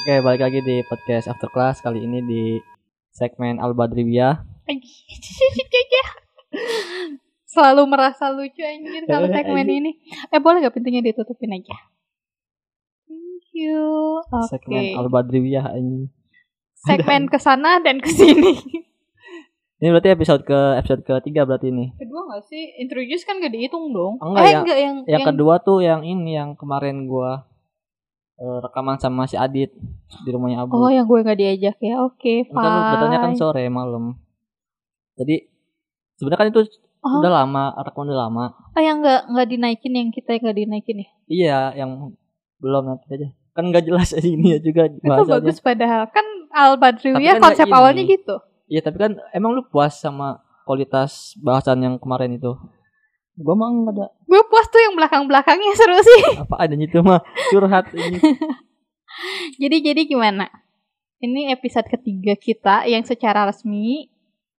Oke, balik lagi di podcast After Class. Kali ini di segmen Al-Badriyah. Selalu merasa lucu anjir kalau segmen ini. Boleh gak pintunya ditutupin aja? Thank you. Segmen Oke. Al-Badriyah ini. Segmen kesana dan kesini. Ini berarti episode ketiga berarti ini. Kedua gak sih? Introduce kan gak dihitung dong. Enggak, enggak yang kedua tuh yang ini, yang kemarin gua rekaman sama si Adit di rumahnya Abu. Oh, yang gue gak diajak ya. Oke, fine. Kan datangnya kan sore malam. Jadi sebenarnya kan itu udah lama, rekaman udah lama. Oh, yang nggak dinaikin, yang kita nggak dinaikin ya? Iya, yang belum nanti aja. Kan nggak jelas ini ya juga bahasanya. Itu bagus padahal kan Al-Badriyah kan konsep awalnya gitu. Iya, tapi kan emang lu puas sama kualitas bahasan yang kemarin itu? Gua mah enggak ada. Gue puas tuh yang belakang-belakangnya seru sih. Apa adanya itu mah curhat ini. Jadi gimana? Ini episode ketiga kita yang secara resmi.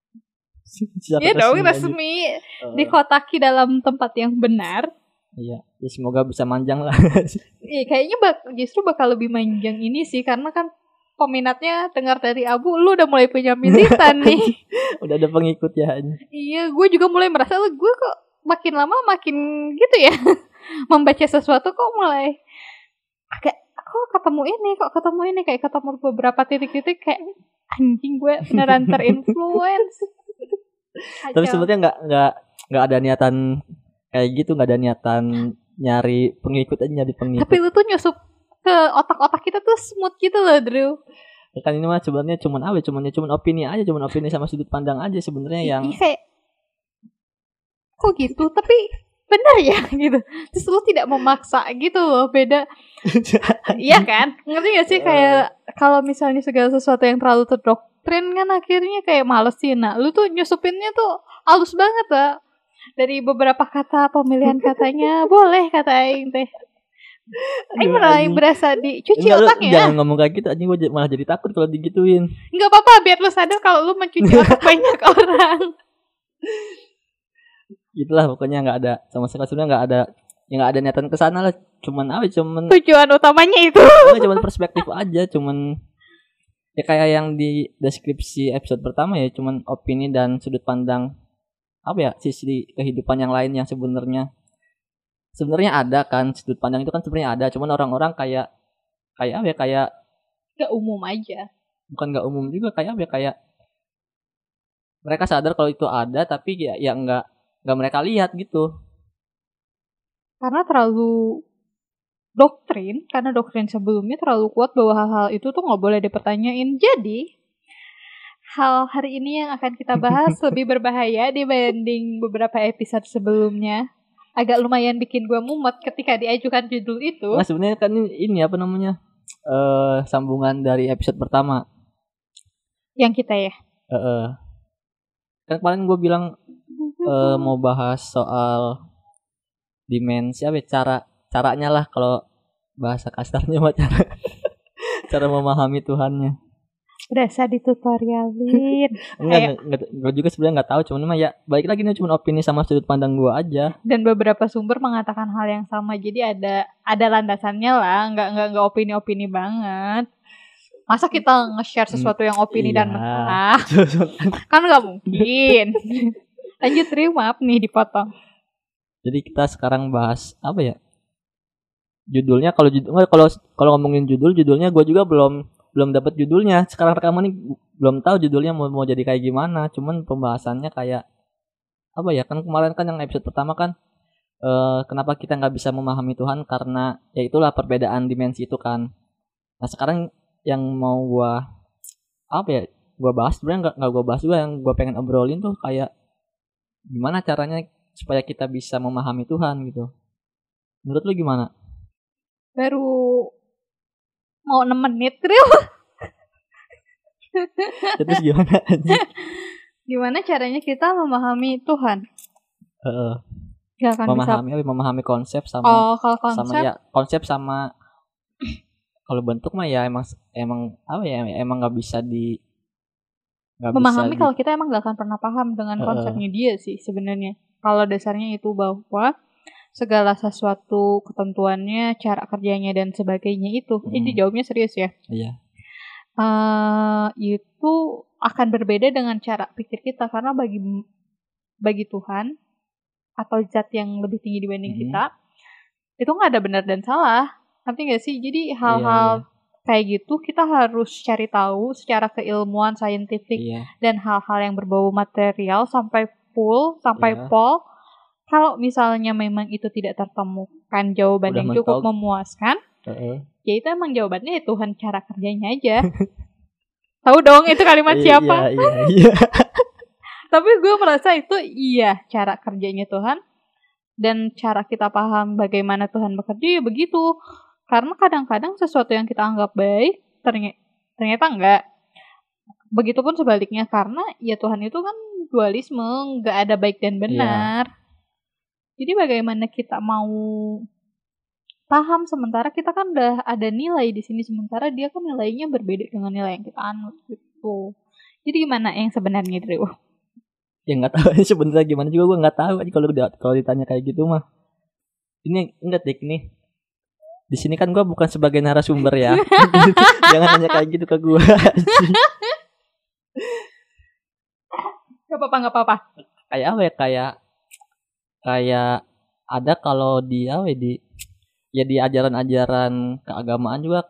Iya dong, resmi dikotaki dalam tempat yang benar. Iya, ya semoga bisa manjang lah. Iya, kayaknya justru bakal lebih manjang ini sih, karena kan peminatnya dengar dari Abu, lu udah mulai punya militan nih. Udah ada pengikut ya. Iya, gue juga mulai merasa gue kok makin lama makin gitu ya. Membaca sesuatu kok mulai kok ketemu ini, kayak ketemu beberapa titik-titik kayak anjing, gue beneran terinfluence. Tapi sebenarnya nggak ada niatan kayak gitu, nggak ada niatan nyari pengikut. Tapi lu tuh nyusup ke otak-otak kita tuh smooth gitu loh, Drew. Kan ini mah sebenarnya cuman opini aja, cuman opini sama sudut pandang aja sebenarnya yang kayak kok gitu, tapi benar ya gitu. Terus lu tidak memaksa gitu loh, beda. Iya kan? Ngerti gak sih kayak kalau misalnya segala sesuatu yang terlalu terdoktrin kan akhirnya kayak males sih. Nah, lu tuh nyusupinnya tuh halus banget lah. Dari beberapa kata, pemilihan katanya boleh kata aing teh. Aing mulai berasa dicuci otaknya. Jangan ngomong kayak gitu, anjing gue malah jadi takut kalau digituin. Enggak apa-apa, biar lu sadar kalau lu mencuci otak banyak orang. Itulah pokoknya nggak ada sama sekali, sebenarnya nggak ada niatan kesana lah, cuman tujuan utamanya itu cuman perspektif aja, cuman ya kayak yang di deskripsi episode pertama ya, cuman opini dan sudut pandang sisi kehidupan yang lain yang sebenarnya ada kan, sudut pandang itu kan sebenarnya ada, cuman orang-orang kayak nggak umum aja, bukan nggak umum juga, kayak mereka sadar kalau itu ada tapi ya nggak mereka lihat gitu. Karena terlalu doktrin, karena doktrin sebelumnya terlalu kuat bahwa hal-hal itu tuh nggak boleh dipertanyain. Jadi hal hari ini yang akan kita bahas lebih berbahaya dibanding beberapa episode sebelumnya. Agak lumayan bikin gue mumet ketika diajukan judul itu. Nah sebenarnya kan ini sambungan dari episode pertama yang kita ya. Kan kemarin gue bilang mau bahas soal dimensi caranya lah, kalau bahasa kasarnya mah cara memahami Tuhannya. Berasa ditutorialin. Gue juga sebenarnya nggak tahu, cuman mah ya balik lagi nih, cuma opini sama sudut pandang gue aja. Dan beberapa sumber mengatakan hal yang sama, jadi ada landasannya lah, nggak opini-opini banget. Masa kita nge-share sesuatu yang opini dan mentah? Kan nggak mungkin. Lanjut, maaf nih dipotong. Jadi kita sekarang bahas judulnya. Kalau ngomongin judulnya gue juga belum dapat judulnya. Sekarang rekaman ini belum tahu judulnya mau jadi kayak gimana. Cuman pembahasannya kayak kan kemarin kan yang episode pertama kan kenapa kita nggak bisa memahami Tuhan, karena ya itulah perbedaan dimensi itu kan. Nah sekarang yang mau gue bahas, sebenarnya nggak gue bahas juga, yang gue pengen obrolin tuh kayak gimana caranya supaya kita bisa memahami Tuhan gitu. Menurut lu gimana? Baru mau 6 menit, Ril. Terus gimana aja? Gimana caranya kita memahami Tuhan? Memahami konsep sama kalau konsep sama kalau bentuk mah ya emang nggak bisa memahami kalau kita emang gak akan pernah paham dengan konsepnya dia sih sebenarnya. Kalau dasarnya itu bahwa segala sesuatu ketentuannya, cara kerjanya dan sebagainya itu. Ini jawabnya serius ya. Iya. Itu akan berbeda dengan cara pikir kita karena bagi Tuhan atau zat yang lebih tinggi dibanding kita itu nggak ada benar dan salah. Ngerti nggak sih? Jadi hal-hal kayak gitu kita harus cari tahu secara keilmuan saintifik dan hal-hal yang berbau material sampai pol. Kalau misalnya memang itu tidak tertemukan jawaban yang cukup memuaskan, ya itu emang jawabannya ya Tuhan cara kerjanya aja. Tahu dong itu kalimat siapa? Iya. Tapi gue merasa itu cara kerjanya Tuhan dan cara kita paham bagaimana Tuhan bekerja ya begitu. Karena kadang-kadang sesuatu yang kita anggap baik ternyata enggak. Begitupun sebaliknya karena ya Tuhan itu kan dualisme, enggak ada baik dan benar. Jadi bagaimana kita mau paham sementara kita kan udah ada nilai di sini sementara dia kan nilainya berbeda dengan nilai yang kita anut gitu. Jadi gimana yang sebenarnya Drew? Ya nggak tahu sebenarnya gimana juga gue nggak tahu kalau ditanya kayak gitu mah. Ini enggak Dik nih. Di sini kan gue bukan sebagai narasumber ya. Jangan nanya kayak gitu ke gue. Gak apa-apa. Kayak apa ya? Kayak ada kalau di ajaran-ajaran keagamaan juga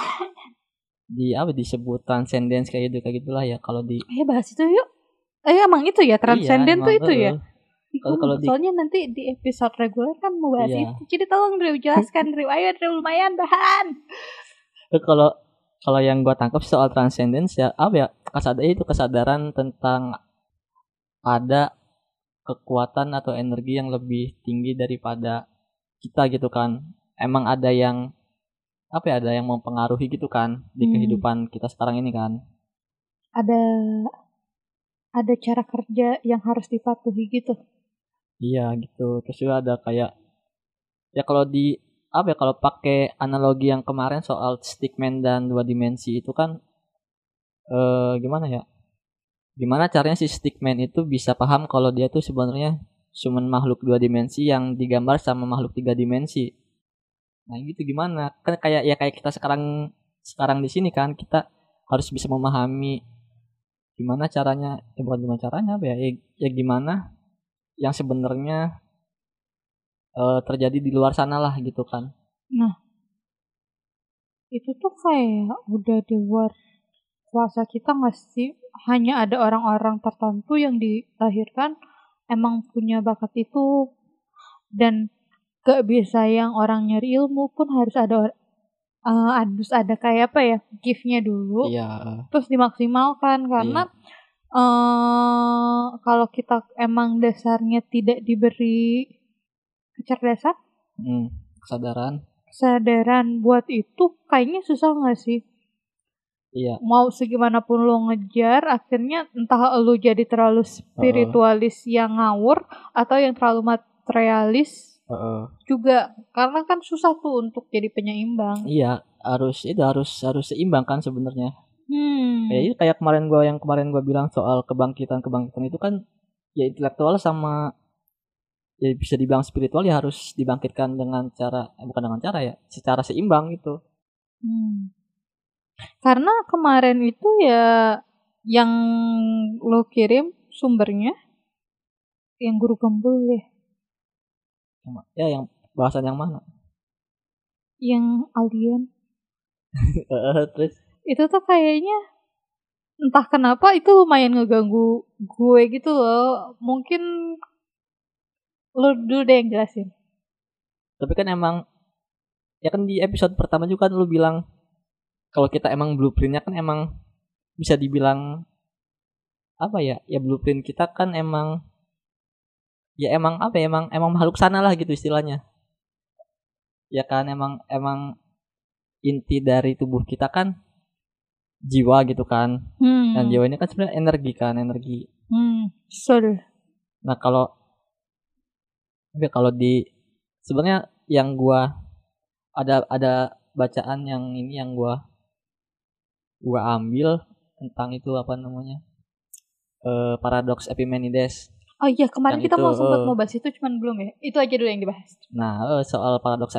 disebut transcendence kayak gitulah ya kalau di. Bahas itu yuk. Emang itu ya transcendence itu ya. Soalnya nanti di episode reguler kan mau bahas itu. Jadi tolong Drew jelaskan Drew. Ayo Drew lumayan bahan. Kalau yang gue tangkap soal transcendence ya kesadaran tentang ada kekuatan atau energi yang lebih tinggi daripada kita gitu kan. Emang ada yang ada yang mempengaruhi gitu kan di kehidupan kita sekarang ini kan. Ada cara kerja yang harus dipatuhi gitu. Iya gitu. Terus juga ada kayak ya kalau kalau pakai analogi yang kemarin soal stickman dan 2 dimensi itu kan gimana ya? Gimana caranya si stickman itu bisa paham kalau dia tuh sebenarnya cuma makhluk 2 dimensi yang digambar sama makhluk 3 dimensi. Nah, gitu gimana? Kan kayak kita sekarang di sini kan kita harus bisa memahami gimana caranya, bukan gimana caranya ya gimana yang sebenarnya terjadi di luar sana lah gitu kan. Nah, itu tuh kayak udah di luar kuasa kita nggak sih? Hanya ada orang-orang tertentu yang dilahirkan emang punya bakat itu dan gak bisa yang orang nyari ilmu pun harus ada kayak gift-nya dulu. Terus dimaksimalkan karena kalau kita emang dasarnya tidak diberi kecerdasan, kesadaran buat itu kayaknya susah nggak sih? Iya. Mau segimanapun lo ngejar, akhirnya entah lo jadi terlalu spiritualis yang ngawur atau yang terlalu materialis juga, karena kan susah tuh untuk jadi penyeimbang. Iya, harus seimbang kan sebenarnya. Kayak kemarin gue bilang soal kebangkitan itu kan ya intelektual sama ya bisa dibilang spiritual ya harus dibangkitkan dengan cara bukan dengan cara ya secara seimbang gitu. Karena kemarin itu ya yang lo kirim sumbernya yang guru gembul ya. Yang bahasan yang mana? Yang alien. Terus itu tuh kayaknya entah kenapa itu lumayan ngeganggu gue gitu loh. Mungkin lo dulu deh yang jelasin. Tapi kan emang ya kan di episode pertama juga kan lo bilang kalau kita emang blueprintnya kan emang bisa dibilang ya blueprint kita kan emang makhluk sana lah gitu istilahnya. Ya kan emang inti dari tubuh kita kan jiwa gitu kan. Dan jiwa ini kan sebenarnya energi. Betul. Nah, kalau di sebenarnya yang gua ada bacaan yang ini yang gua ambil tentang itu paradoks Epimenides. Oh iya, kemarin Yang kita itu, sempat mau bahas itu, cuman belum ya. Itu aja dulu yang dibahas. Nah, soal paradoks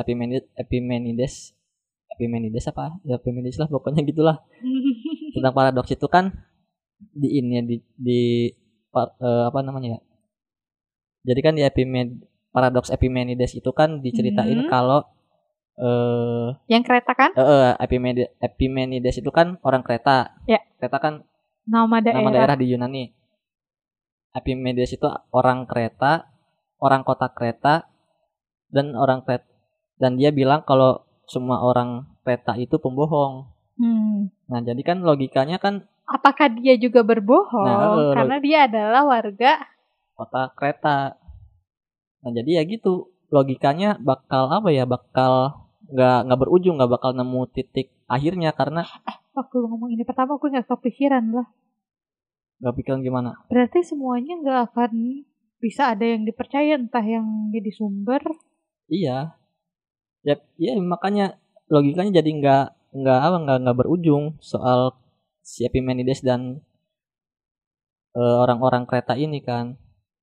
Epimenides apa? Ya Epimenides lah pokoknya gitulah. Tentang paradoks itu kan di ini ya, apa namanya ya? Jadi kan di paradoks Epimenides itu kan diceritain kalau yang Kreta kan? Epimenides itu kan orang Kreta. Ya. Kreta kan nama daerah di Yunani. Epimenides itu orang Kreta, orang kota Kreta, dan dia bilang kalau semua orang Kreta itu pembohong. Nah, jadi kan logikanya kan apakah dia juga berbohong karena dia adalah warga kota Kreta. Nah, jadi ya gitu, logikanya bakal nggak berujung, nggak bakal nemu titik akhirnya karena waktu ngomong ini pertama aku nggak kepikiran lah. Nggak pikiran gimana? Berarti semuanya nggak akan bisa ada yang dipercaya, entah yang jadi sumber. Iya. Ya makanya logikanya jadi nggak berujung soal si Epimenides dan orang-orang Kreta ini kan.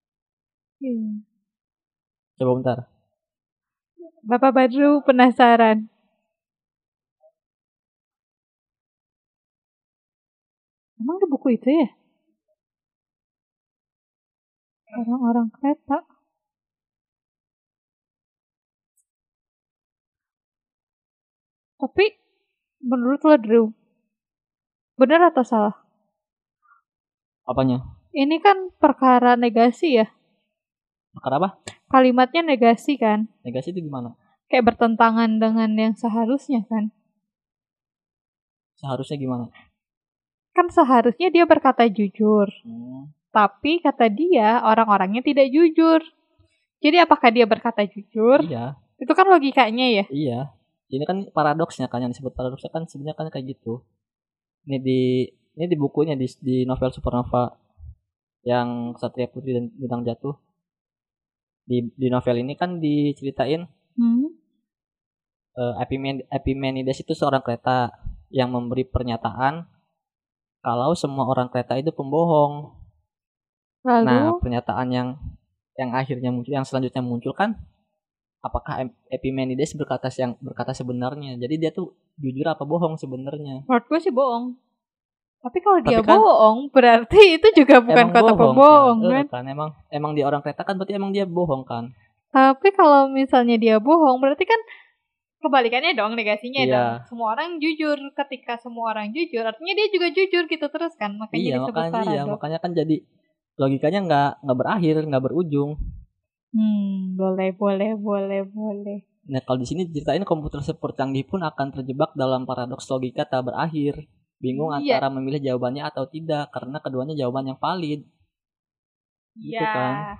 Coba bentar. Bapak Badru penasaran. Emang ada buku itu ya? Orang-orang Kreta. Tapi menurut lo Drew, benar atau salah? Apanya? Ini kan perkara negasi ya. Perkara apa? Kalimatnya negasi kan. Negasi itu gimana? Kayak bertentangan dengan yang seharusnya kan. Seharusnya gimana? Kan seharusnya dia berkata jujur. Tapi kata dia orang-orangnya tidak jujur. Jadi apakah dia berkata jujur? Iya. Itu kan logikanya ya. Iya. Ini kan paradoksnya kan, yang disebut paradoksnya kan sebenarnya kan kayak gitu. Ini di bukunya di novel Supernova yang Satria Putri dan Bintang Jatuh. Di novel ini kan diceritain Epimenides itu seorang Kreta yang memberi pernyataan kalau semua orang Kreta itu pembohong. Lalu? Nah, pernyataan yang akhirnya muncul, yang selanjutnya muncul kan, apakah Epimenides berkata sebenarnya? Jadi dia tuh jujur apa bohong sebenarnya? Menurut gue sih bohong. Tapi kalau dia bohong, berarti itu juga bukan kata pembohong kan? Emang dia orang Kreta kan, berarti emang dia bohong kan? Tapi kalau misalnya dia bohong, berarti kan kebalikannya dong, negasinya dong. Semua orang jujur. Ketika semua orang jujur, artinya dia juga jujur gitu terus kan? Makanya disebut paradoks. Iya, makanya kan jadi logikanya nggak berakhir, nggak berujung. Boleh. Nah, kalau di sini ceritain komputer super canggih pun akan terjebak dalam paradoks logika tak berakhir. Bingung antara memilih jawabannya atau tidak karena keduanya jawaban yang valid. Gitu kan?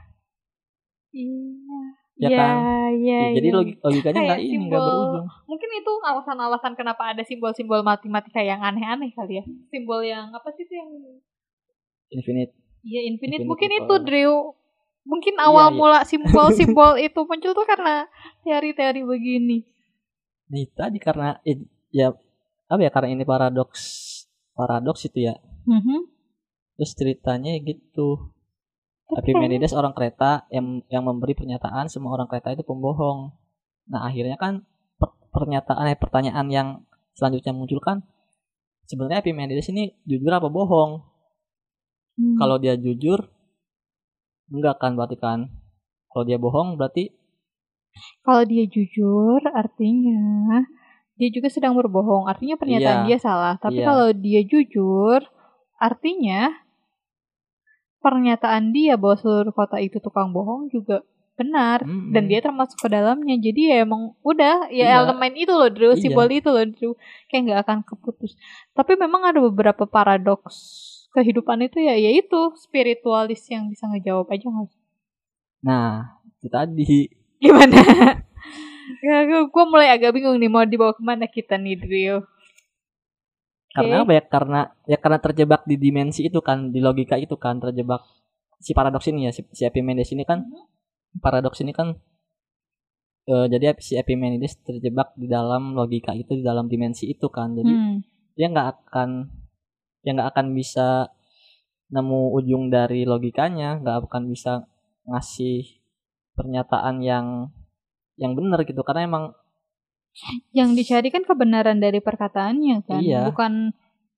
Iya. Jadi logikanya nggak berujung. Mungkin itu alasan-alasan kenapa ada simbol-simbol matematika yang aneh-aneh kali ya. Simbol yang apa sih itu yang infinite. Iya, infinite. Mungkin itu Drew. Mungkin awal mula simbol-simbol itu muncul tuh karena teori-teori begini. Nih tadi karena karena ini paradoks itu ya. Terus ceritanya gitu. Epimenides orang Kreta yang memberi pernyataan semua orang Kreta itu pembohong. Nah, akhirnya kan pertanyaan yang selanjutnya muncul kan, sebenarnya Epimenides ini jujur apa bohong? Kalau dia jujur, enggak kan berarti kan? Kalau dia bohong berarti? Kalau dia jujur artinya dia juga sedang berbohong. Artinya pernyataan dia salah. Tapi kalau dia jujur artinya pernyataan dia bahwa seluruh kota itu tukang bohong juga benar. Dan dia termasuk ke dalamnya. Jadi ya emang udah elemen itu loh Drew. Simbol itu loh Drew. Kayak gak akan keputus. Tapi memang ada beberapa paradoks kehidupan itu yaitu spiritualis yang bisa ngejawab aja gak sih? Nah itu tadi. Gimana? Gue mulai agak bingung nih mau dibawa kemana kita nih Drew. Karena apa ya? Karena terjebak di dimensi itu kan, di logika itu kan, terjebak si paradoks ini ya, si Epimenides ini kan, paradoks ini kan, jadi si Epimenides terjebak di dalam logika itu, di dalam dimensi itu kan, jadi dia nggak akan bisa nemu ujung dari logikanya, nggak akan bisa ngasih pernyataan yang benar gitu, karena emang yang dicari kan kebenaran dari perkataannya kan, iya. bukan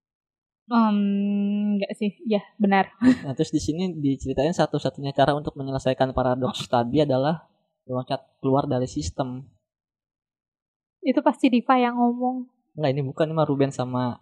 enggak sih, ya benar. Nah, terus di sini diceritain satu-satunya cara untuk menyelesaikan paradoks tadi adalah loncat keluar dari sistem. Itu pasti Diva yang ngomong. Enggak, ini bukan, ini mah Ruben sama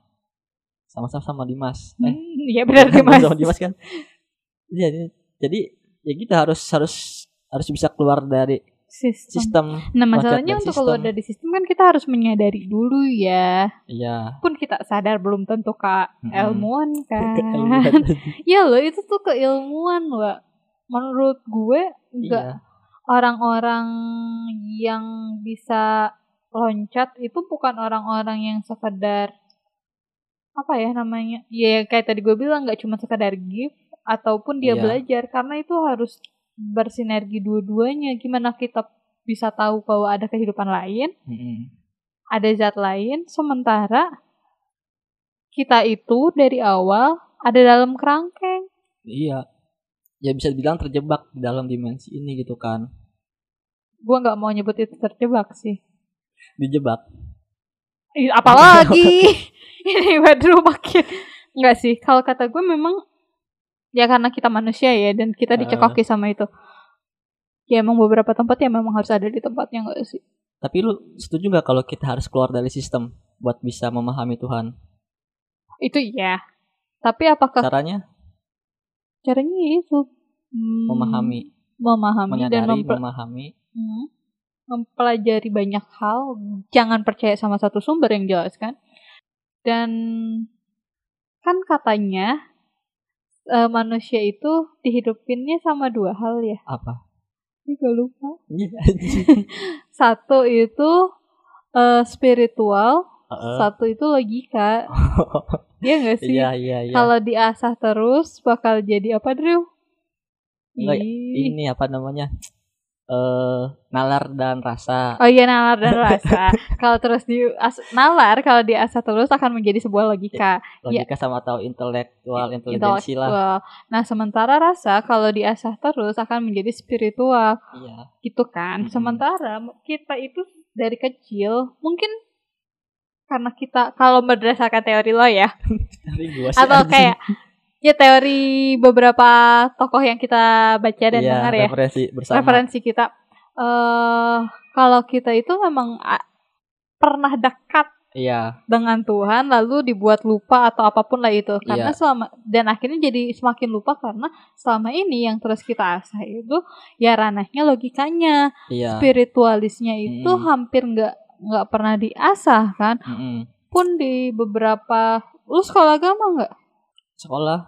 Dimas. Iya benar Dimas. Sama Dimas kan. Iya, jadi ya kita harus bisa keluar dari sistem. Nah masalahnya untuk keluar dari sistem kan kita harus menyadari dulu ya. Iya. Pun kita sadar belum tentu keilmuan kan. Ya loh, itu tuh keilmuan loh. Menurut gue enggak. Orang-orang yang bisa loncat itu bukan orang-orang yang sekedar apa ya namanya, ya kayak tadi gue bilang, nggak cuma sekedar gift ataupun dia belajar, karena itu harus bersinergi dua-duanya. Gimana kita bisa tahu bahwa ada kehidupan lain, ada zat lain, sementara kita itu dari awal ada dalam kerangkeng. Iya, ya bisa dibilang terjebak di dalam dimensi ini gitu kan. Gue nggak mau nyebut itu terjebak sih, dijebak. Apalagi ini baru makin nggak sih. Kalau kata gue memang ya karena kita manusia ya, dan kita dicekoki sama itu. Ya emang beberapa tempat ya memang harus ada di tempatnya, nggak sih? Tapi lu setuju nggak kalau kita harus keluar dari sistem buat bisa memahami Tuhan? Itu ya. Tapi apakah caranya itu memahami menyadari, dan memahami, mempelajari banyak hal. Jangan percaya sama satu sumber yang jelas kan. Dan kan katanya manusia itu dihidupinnya sama dua hal ya. Apa? Gak lupa. Satu itu spiritual, satu itu logika. Iya gak sih? Iya. Kalau diasah terus bakal jadi apa, Drew? Ini apa namanya? Nalar dan rasa. Oh iya, nalar dan rasa. Kalau terus kalau diasah terus akan menjadi sebuah logika. Logika sama atau intelijensi lah. Nah, sementara rasa kalau diasah terus akan menjadi spiritual. Iya. Gitu kan. Sementara kita itu dari kecil mungkin karena kita, kalau berdasarkan teori lo ya. Atau kayak ya teori beberapa tokoh yang kita baca dan dengar ya, referensi kita, kalau kita itu memang pernah dekat dengan Tuhan lalu dibuat lupa atau apapun lah itu, karena dan akhirnya jadi semakin lupa karena selama ini yang terus kita asah itu ya ranahnya logikanya, spiritualisnya itu hampir nggak pernah diasah kan. Pun di beberapa, lu sekolah agama nggak? Sekolah.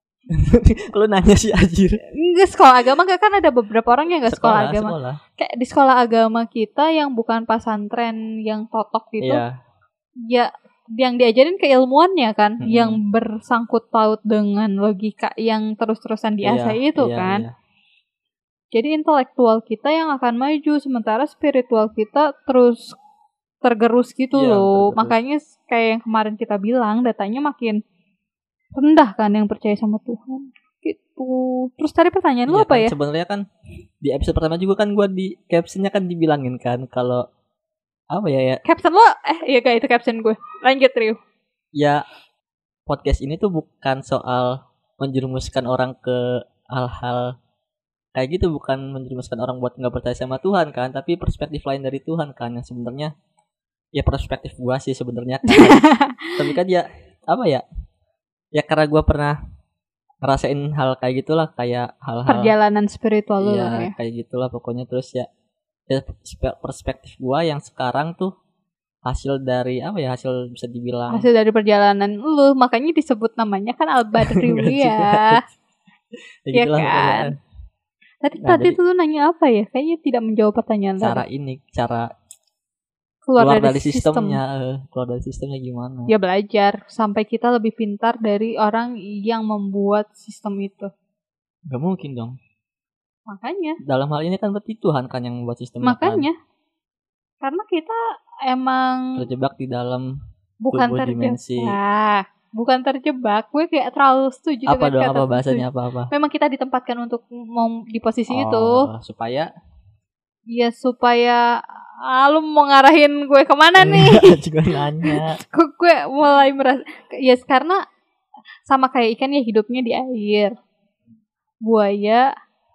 Lu nanya sih anjir. Enggak, sekolah agama kan ada beberapa orang yang enggak sekolah agama. Kayak di sekolah agama kita yang bukan pesantren yang totok gitu. Ya yang diajarin keilmuannya kan, yang bersangkut paut dengan logika yang terus-terusan diasah itu kan. Jadi intelektual kita yang akan maju, sementara spiritual kita terus tergerus gitu loh. Makanya kayak yang kemarin kita bilang, datanya makin rendah kan yang percaya sama Tuhan gitu. Terus tadi pertanyaan lu apa kan, ya? Sebenarnya kan di episode pertama juga kan gue di captionnya kan dibilangin kan kalau apa ya? Caption lo iya kayak itu caption gue. Lanjut Rio. Ya podcast ini tuh bukan soal menjerumuskan orang ke hal-hal kayak gitu, bukan menjerumuskan orang buat nggak percaya sama Tuhan kan, tapi perspektif lain dari Tuhan kan yang sebenarnya ya perspektif gue sih sebenarnya kan. Tapi kan ya apa ya? Ya karena gue pernah ngerasain hal kayak gitulah, kayak hal-hal perjalanan spiritual lu ya kayak gitulah pokoknya. Terus ya perspektif gue yang sekarang tuh hasil dari apa ya, hasil bisa dibilang hasil dari perjalanan lu, makanya disebut namanya kan Al-Badri ya. Ya kan. Tadi tuh lu nanya apa ya? Kayaknya tidak menjawab pertanyaan cara keluar dari sistemnya gimana? Ya belajar sampai kita lebih pintar dari orang yang membuat sistem itu. Gak mungkin dong. Makanya. Dalam hal ini kan berarti Tuhan kan yang membuat sistem. Makanya. Karena kita emang terjebak di dalam bukan dimensi. bukan terjebak, gue kayak terlalu setuju Apa dengan dong? kata Apa bahasanya? setuju. Apa? Memang kita ditempatkan untuk mau di posisi itu. Supaya Ya supaya lu mau ngarahin gue kemana nih? juga nanya. Gue mulai merasa ya karena sama kayak ikan ya hidupnya di air. Buaya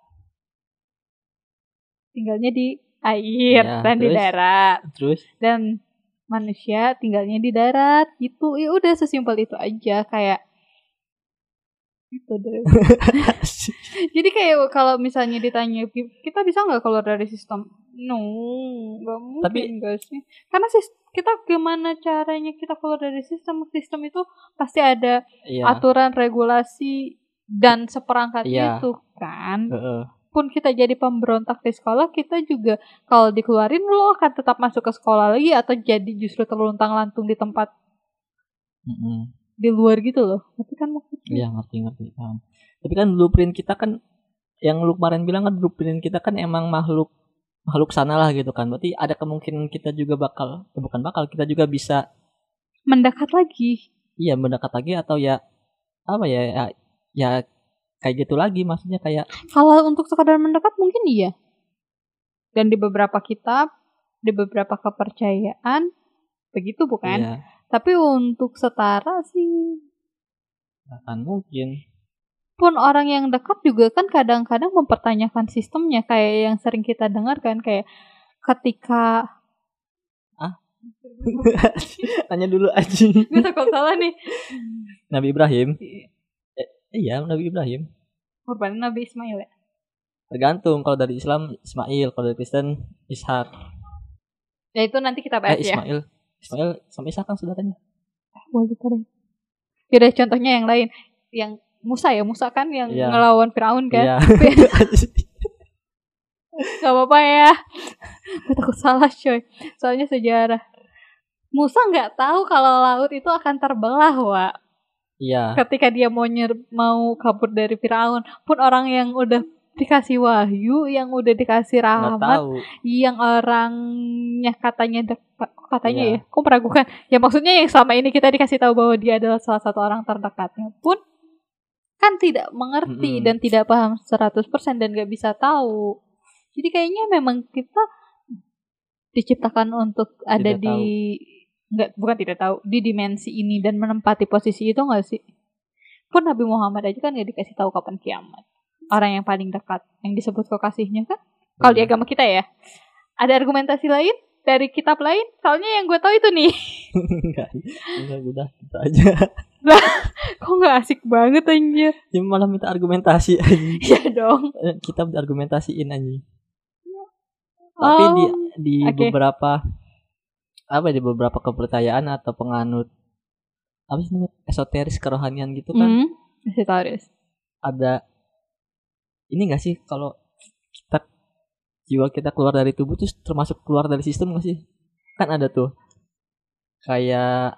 tinggalnya di air Ya, dan di terus? darat. Terus Dan manusia tinggalnya di darat gitu. Ya udah sesimpel itu aja kayak gitu deh. Jadi kayak kalau misalnya ditanya kita bisa nggak keluar dari sistem? No, nggak mungkin. Tapi nggak sih. Karena kita gimana caranya kita keluar dari sistem? Sistem itu pasti ada aturan, regulasi dan seperangkatnya itu kan. Pun kita jadi pemberontak di sekolah, kita juga kalau dikeluarin lo akan tetap masuk ke sekolah lagi atau jadi justru terluntang-lantung di tempat di luar gitu loh. Tapi kan iya ngerti. Tapi kan blueprint kita kan yang lu kemarin bilang kan blueprint kita kan emang makhluk sana lah gitu kan. Berarti ada kemungkinan kita juga kita juga bisa mendekat lagi. Iya, mendekat lagi atau ya apa ya kayak gitu lagi, maksudnya kayak kalau untuk sekadar mendekat mungkin iya. Dan di beberapa kitab, di beberapa kepercayaan begitu bukan? Iya. Tapi untuk setara sih akan mungkin. Pun orang yang dekat juga kan kadang-kadang mempertanyakan sistemnya, kayak yang sering kita dengar kan, kayak ketika tanya dulu aja. Gue takut salah nih. Nabi Ibrahim. Iya, Nabi Ibrahim. Bukan Nabi Ismail ya? Tergantung, kalau dari Islam Ismail, kalau dari Kristen Ishak. Ya itu nanti kita bahas ya. Ismail sama Ishak kan saudaranya. Boleh deh. Beda contohnya yang lain, yang Musa kan yang ngelawan Firaun kan. Iya. Gak apa-apa ya. Gue takut salah coy. Soalnya sejarah. Musa gak tahu kalau laut itu akan terbelah, Wak. Iya. Ketika dia mau kabur dari Firaun, pun orang yang udah dikasih wahyu, yang udah dikasih rahmat, yang orangnya katanya ya, kok meragukan? Ya maksudnya yang selama ini kita dikasih tahu bahwa dia adalah salah satu orang terdekatnya pun kan tidak mengerti dan tidak paham 100% dan gak bisa tahu. Jadi kayaknya memang kita diciptakan untuk ada di dimensi ini dan menempati posisi itu gak sih? Pun Nabi Muhammad aja kan gak dikasih tahu kapan kiamat. Orang yang paling dekat yang disebut kekasihnya kan. Kalau di agama kita ya. Ada argumentasi lain dari kitab lain? Soalnya yang gue tahu itu nih. Enggak udah itu aja. Lah, kok gak asik banget anjir. Ya malah minta argumentasi aja. Iya dong. Kita argumentasiin aja. Tapi di beberapa di beberapa kepercayaan atau penganut apa sih namanya, esoteris kerohanian gitu kan. Esoteris. Ada ini enggak sih kalau jiwa kita keluar dari tubuh tuh termasuk keluar dari sistem enggak sih? Kan ada tuh kayak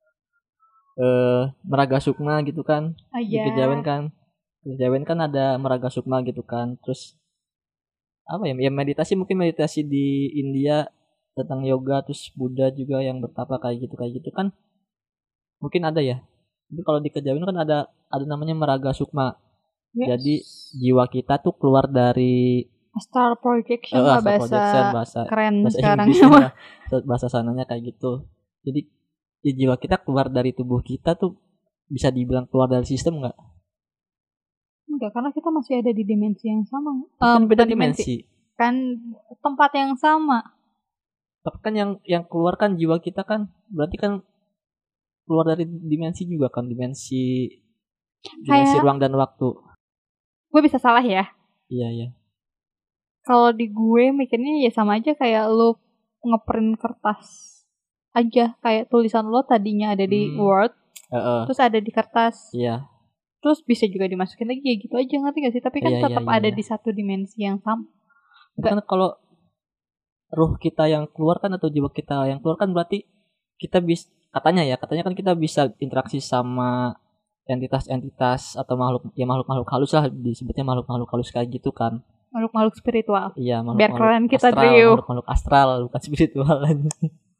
meraga sukma gitu kan. Di kejawen kan ada meraga sukma gitu kan. Terus apa ya meditasi, mungkin meditasi di India tentang yoga, terus Buddha juga yang bertapa kayak gitu kan mungkin ada ya. Tapi kalau di kejawen kan ada namanya meraga sukma. Jadi jiwa kita tuh keluar dari astral projection, bahasa keren bahasa sekarang bahasa sananya kayak gitu. Jadi jiwa kita keluar dari tubuh kita tuh bisa dibilang keluar dari sistem enggak? Enggak, karena kita masih ada di dimensi yang sama. Beda dimensi. Kan tempat yang sama. Tapi kan yang keluar kan jiwa kita kan berarti kan keluar dari dimensi juga kan, dimensi ruang dan waktu. Gue bisa salah ya? Iya. Kalau di gue mikirnya ya sama aja kayak lo ngeprint kertas aja, kayak tulisan lo tadinya ada di Word, terus ada di kertas. Iya. Terus bisa juga dimasukin lagi ya gitu aja, ngerti gak sih? Tapi kan tetap ada di satu dimensi yang sama. Kan kalau ruh kita yang keluar kan atau jiwa kita yang keluar kan berarti kita bisa katanya kan kita bisa interaksi sama entitas atau makhluk halus lah, disebutnya makhluk halus kayak gitu kan. Makhluk spiritual. Iya, biar keren kita astral, makhluk astral bukan spiritual.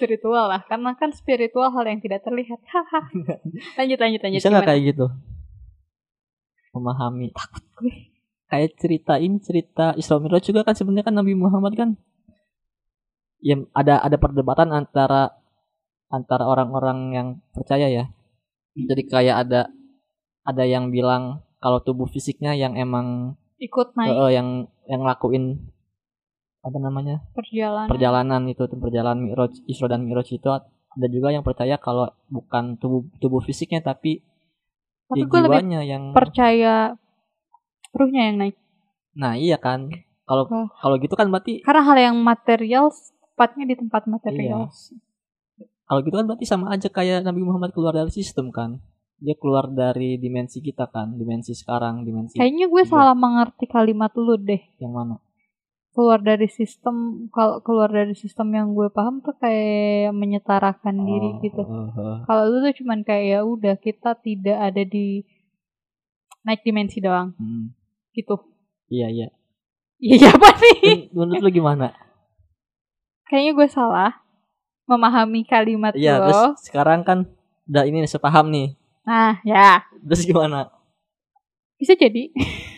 spiritual lah, karena kan spiritual hal yang tidak terlihat. lanjut Bisa nggak gimana? kayak gitu? Memahami. Takut gue. Kayak cerita Isra Mi'raj juga kan sebenarnya kan Nabi Muhammad kan ya ada perdebatan antara orang-orang yang percaya ya. Jadi kayak ada yang bilang kalau tubuh fisiknya yang emang Ikut naik yang lakuin apa namanya perjalanan Mi'raj, Isra dan Mi'raj itu. Ada juga yang percaya kalau bukan tubuh fisiknya tapi gue jiwanya lebih yang percaya ruhnya yang naik. Nah iya kan, kalau gitu kan berarti karena hal yang material tepatnya di tempat material. Iya. Kalau gitu kan berarti sama aja kayak Nabi Muhammad keluar dari sistem kan. Dia keluar dari dimensi kita kan, dimensi sekarang, dimensi. Kayaknya gue salah mengerti kalimat lu deh. Yang mana? Keluar dari sistem, kalau keluar dari sistem yang gue paham tuh kayak menyetarakan diri gitu. Kalau lu tuh cuman kayak ya udah kita tidak ada di naik dimensi doang. Gitu. Iya. Iya apa nih? Menurut lu gimana? Kayaknya gue salah memahami kalimat Iya, lo. Terus sekarang kan udah ini sepaham nih. Nah, ya. Terus gimana? Bisa jadi.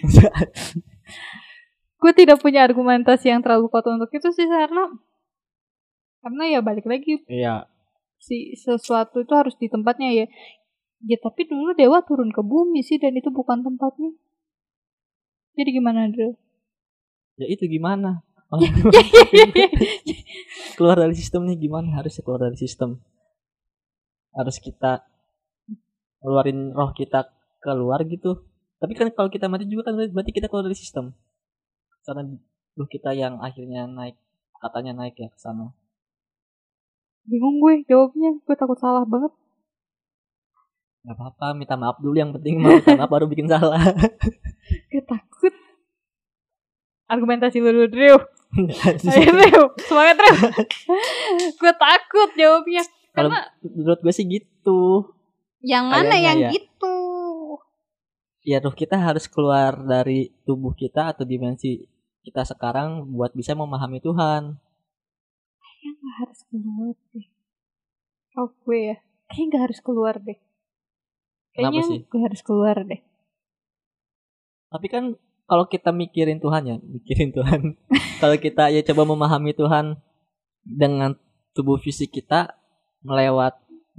Gue tidak punya argumentasi yang terlalu kuat untuk itu sih, karena ya balik lagi. Iya. Si sesuatu itu harus di tempatnya ya. Ya tapi dulu dewa turun ke bumi sih dan itu bukan tempatnya. Jadi gimana, Dre? Ya itu gimana? Keluar dari sistemnya gimana? Harusnya keluar dari sistem. Harus kita keluarin roh kita keluar gitu. Tapi kan kalau kita mati juga kan berarti kita keluar dari sistem. Karena roh kita yang akhirnya naik, katanya naik ya ke sana. Bingung gue jawabnya, gue takut salah banget. Gak apa-apa, minta maaf dulu, yang penting minta maaf baru bikin salah. Gue takut. Argumentasi lu, Drew. Ayo, Drew. Semangat, Drew. Gue takut jawabnya. Kalau menurut gue sih gitu. Yang mana yang ya. gitu? Ya roh kita harus keluar dari tubuh kita atau dimensi kita sekarang buat bisa memahami Tuhan. Kayaknya gak harus keluar deh. Oh gue ya. Kayaknya gak harus keluar deh. Kayaknya gak harus keluar deh. Tapi kan kalau kita mikirin Tuhan. Kalau kita ya coba memahami Tuhan dengan tubuh fisik kita lewat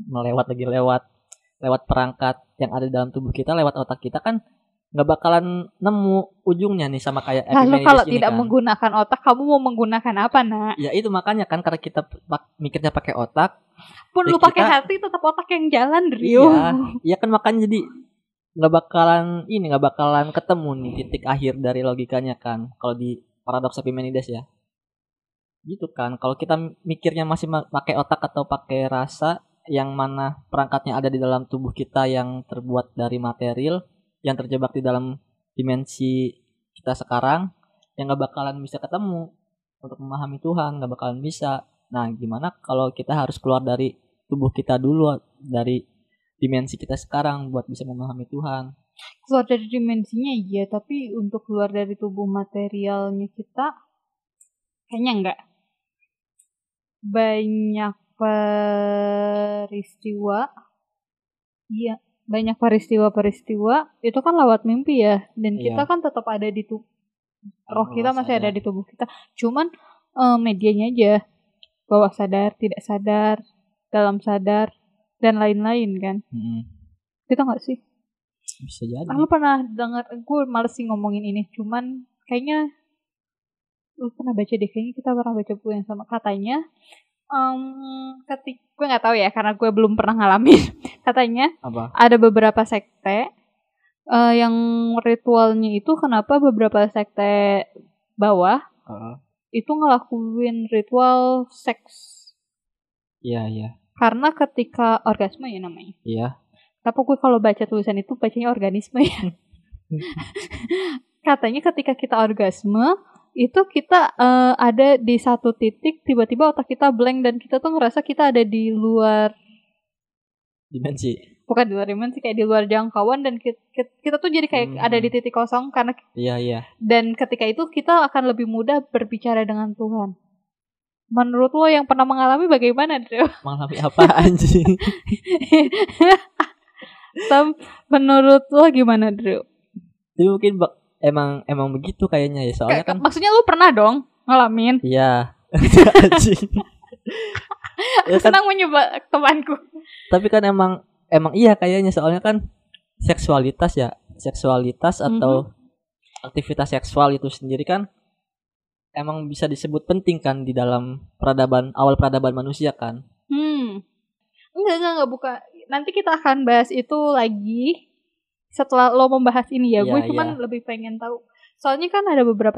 perangkat yang ada dalam tubuh kita, lewat otak kita kan nggak bakalan nemu ujungnya nih, sama kayak Lalu kalau tidak kan. menggunakan otak, kamu mau menggunakan apa, nak? Ya itu makanya kan, karena kita mikirnya pakai otak. Pun lu pakai hati, tetap otak yang jalan, Rio. Iya kan, makanya jadi nggak bakalan ketemu nih titik akhir dari logikanya kan. Kalau di paradoks Epimenides ya, gitu kan. Kalau kita mikirnya masih pakai otak atau pakai rasa, yang mana perangkatnya ada di dalam tubuh kita yang terbuat dari material, yang terjebak di dalam dimensi kita sekarang, yang gak bakalan bisa ketemu untuk memahami Tuhan, gak bakalan bisa. Nah gimana kalau kita harus keluar dari tubuh kita dulu, dari dimensi kita sekarang buat bisa memahami Tuhan. Keluar dari dimensinya iya, tapi untuk keluar dari tubuh materialnya kita kayaknya enggak. Banyak peristiwa, iya, banyak peristiwa itu kan lewat mimpi ya, dan kita kan tetap ada di tubuh, roh kita masih ada di tubuh kita, cuman medianya aja, bawah sadar, tidak sadar, dalam sadar, dan lain-lain kan. Kita nggak sih? Bisa jadi. Aku pernah dengar, gue males sih ngomongin ini, cuman kayaknya lu pernah baca deh, kayaknya kita pernah baca buku yang sama, katanya gue nggak tahu ya karena gue belum pernah ngalamin. Katanya ada beberapa sekte yang ritualnya itu, kenapa beberapa sekte bawah itu ngelakuin ritual seks. Iya. Karena ketika orgasme ya namanya. Iya. Tapi gue kalau baca tulisan itu bacanya organisme ya. Katanya ketika kita orgasme itu kita ada di satu titik, tiba-tiba otak kita blank dan kita tuh ngerasa kita ada di luar dimensi. Bukan di luar dimensi, kayak di luar jangkauan, dan kita tuh jadi kayak ada di titik kosong karena Iya. Dan ketika itu kita akan lebih mudah berbicara dengan Tuhan. Menurut lo yang pernah mengalami bagaimana, Drew? Mengalami apa anjing? Menurut lo gimana, Drew? Jadi mungkin emang begitu kayaknya ya, soalnya kan maksudnya lo pernah dong ngalamin? iya. Anjing. Aku senang menyebut temanku. Tapi kan emang iya kayaknya, soalnya kan seksualitas atau aktivitas seksual itu sendiri kan emang bisa disebut penting kan di dalam awal peradaban manusia kan. Enggak buka. Nanti kita akan bahas itu lagi setelah lo membahas ini ya. Gue cuman lebih pengen tahu. Soalnya kan ada beberapa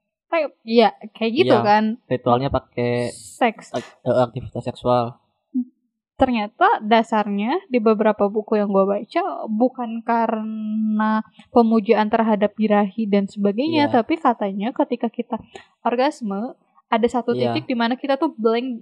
kayak gitu kan. Ritualnya pakai seks, aktivitas seksual. Ternyata dasarnya di beberapa buku yang gue baca bukan karena pemujaan terhadap birahi dan sebagainya, tapi katanya ketika kita orgasme ada satu titik di mana kita tuh blank,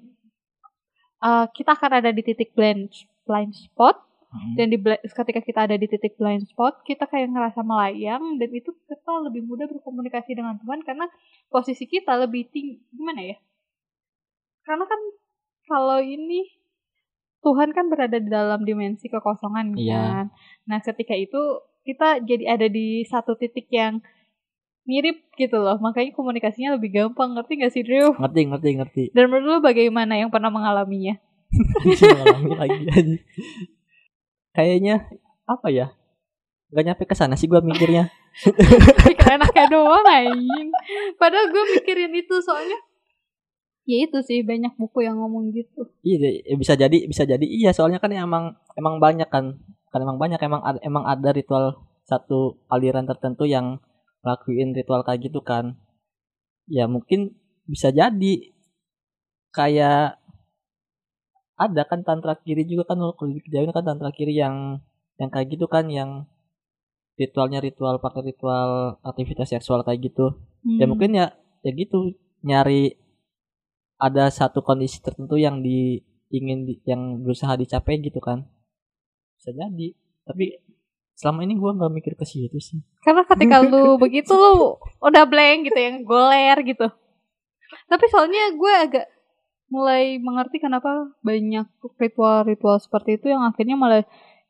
kita akan ada di titik blind spot, dan ketika kita ada di titik blind spot kita kayak ngerasa melayang, dan itu kita lebih mudah berkomunikasi dengan Tuhan karena posisi kita lebih tinggi. Gimana ya? Karena kan kalau ini Tuhan kan berada di dalam dimensi kekosongan kan. Nah ketika itu kita jadi ada di satu titik yang mirip gitu loh. Makanya komunikasinya lebih gampang. Ngerti gak sih, Drew? Ngerti. Dan menurut lo bagaimana yang pernah mengalaminya? Mengalami lagi aja. Kayaknya apa ya? Gak nyampe ke sana sih gue mikirnya. Enaknya doang anjing. Padahal gue mikirin itu soalnya ya itu sih, banyak buku yang ngomong gitu. Iya, bisa jadi iya, soalnya kan emang banyak kan emang ada ritual satu aliran tertentu yang lakuin ritual kayak gitu kan. Ya mungkin bisa jadi kayak ada kan tantra kiri juga kan, kalau dijauhin kan tantra kiri yang kayak gitu kan, yang ritual pakai ritual aktivitas seksual kayak gitu. Ya mungkin ya gitu, nyari ada satu kondisi tertentu yang yang berusaha dicapai gitu kan. Bisa jadi. Tapi selama ini gue nggak mikir ke situ sih. Karena ketika lu begitu lu udah blank gitu, yang goler gitu. Tapi soalnya gue agak mulai mengerti kenapa banyak ritual-ritual seperti itu yang akhirnya malah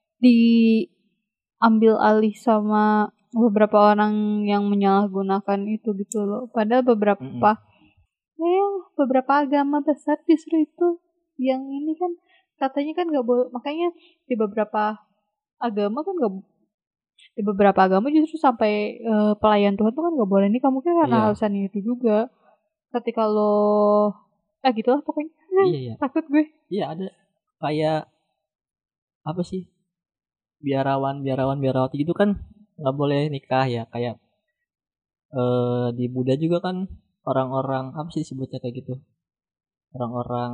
diambil alih sama beberapa orang yang menyalahgunakan itu gitu loh. Padahal beberapa agama besar justru itu yang ini kan katanya kan nggak boleh. Makanya di beberapa agama justru sampai pelayan Tuhan tuh kan nggak boleh nikah, mungkin karena alasan itu juga. Ketika lo gitulah pokoknya. Takut gue. Iya, ada kayak apa sih, biarawati gitu kan nggak boleh nikah ya, kayak di Buddha juga kan orang-orang apa sih disebutnya kayak gitu, orang-orang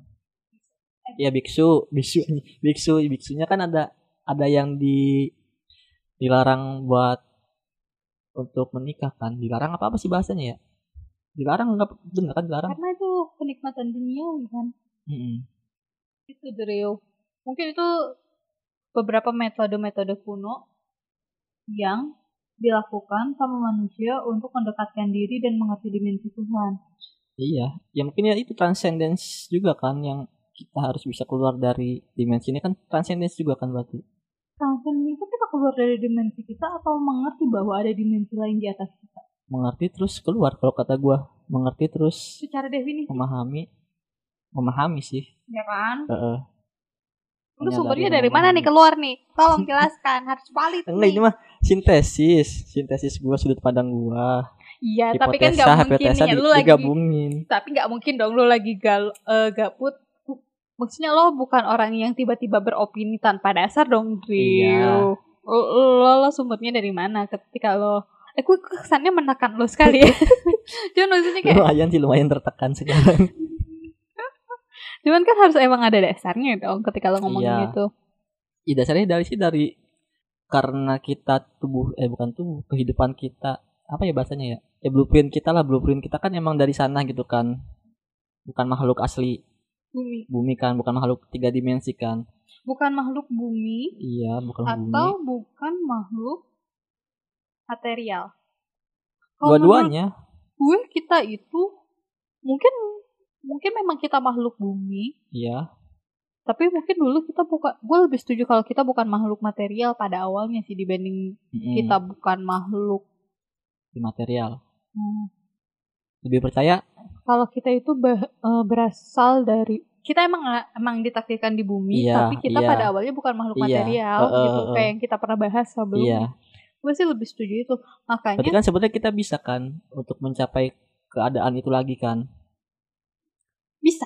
biksunya kan ada yang dilarang buat untuk menikah kan. Dilarang apa sih bahasanya ya? Dilarang, enggak benar kan, dilarang karena itu kenikmatan dunia kan. Itu Drew, mungkin itu beberapa metode kuno yang dilakukan sama manusia untuk mendekatkan diri dan mengerti dimensi Tuhan. Iya, ya mungkin ya itu transcendence juga kan, yang kita harus bisa keluar dari dimensi ini kan, transcendence juga kan berarti. Transcendence itu kita keluar dari dimensi kita atau mengerti bahwa ada dimensi lain di atas kita? Mengerti terus keluar, kalau kata gue mengerti terus secara definisi memahami sih ya kan. Lu sumbernya dari mana nih keluar nih? Tolong jelaskan, harus valid. Enggak, ini mah sintesis gua, sudut pandang gua. Iya, tapi kan nggak mungkin nih lu lagi digabungin. Tapi nggak mungkin dong lu lagi gabut. Maksudnya lo bukan orang yang tiba-tiba beropini tanpa dasar dong, Drew. Iya. Lo sumbernya dari mana ketika lo gue kesannya menekan lo sekali ya. Cuman maksudnya kayak lumayan tertekan sekarang. Cuman kan harus emang ada dasarnya dong ketika lo ngomongin itu. Iya, dasarnya dari karena kita kehidupan kita, apa ya bahasanya ya? Blueprint kita kan emang dari sana gitu kan. Bukan makhluk asli bumi kan, bukan makhluk 3 dimensi kan. Bukan makhluk bumi. Iya, bukan bumi. Atau bukan makhluk material. Dua-duanya. Gue kita itu mungkin mungkin memang kita makhluk bumi, Iya. tapi mungkin dulu kita bukan, gue lebih setuju kalau kita bukan makhluk material pada awalnya sih dibanding kita bukan makhluk Material. Lebih percaya kalau kita itu berasal dari, kita emang ditakdirkan di bumi, Iya, tapi kita iya. pada awalnya bukan makhluk Iya. material gitu, kayak yang kita pernah bahas sebelumnya. Iya. Gue sih lebih setuju itu. Berarti Makanya kan sebenarnya kita bisa kan untuk mencapai keadaan itu lagi kan. bisa,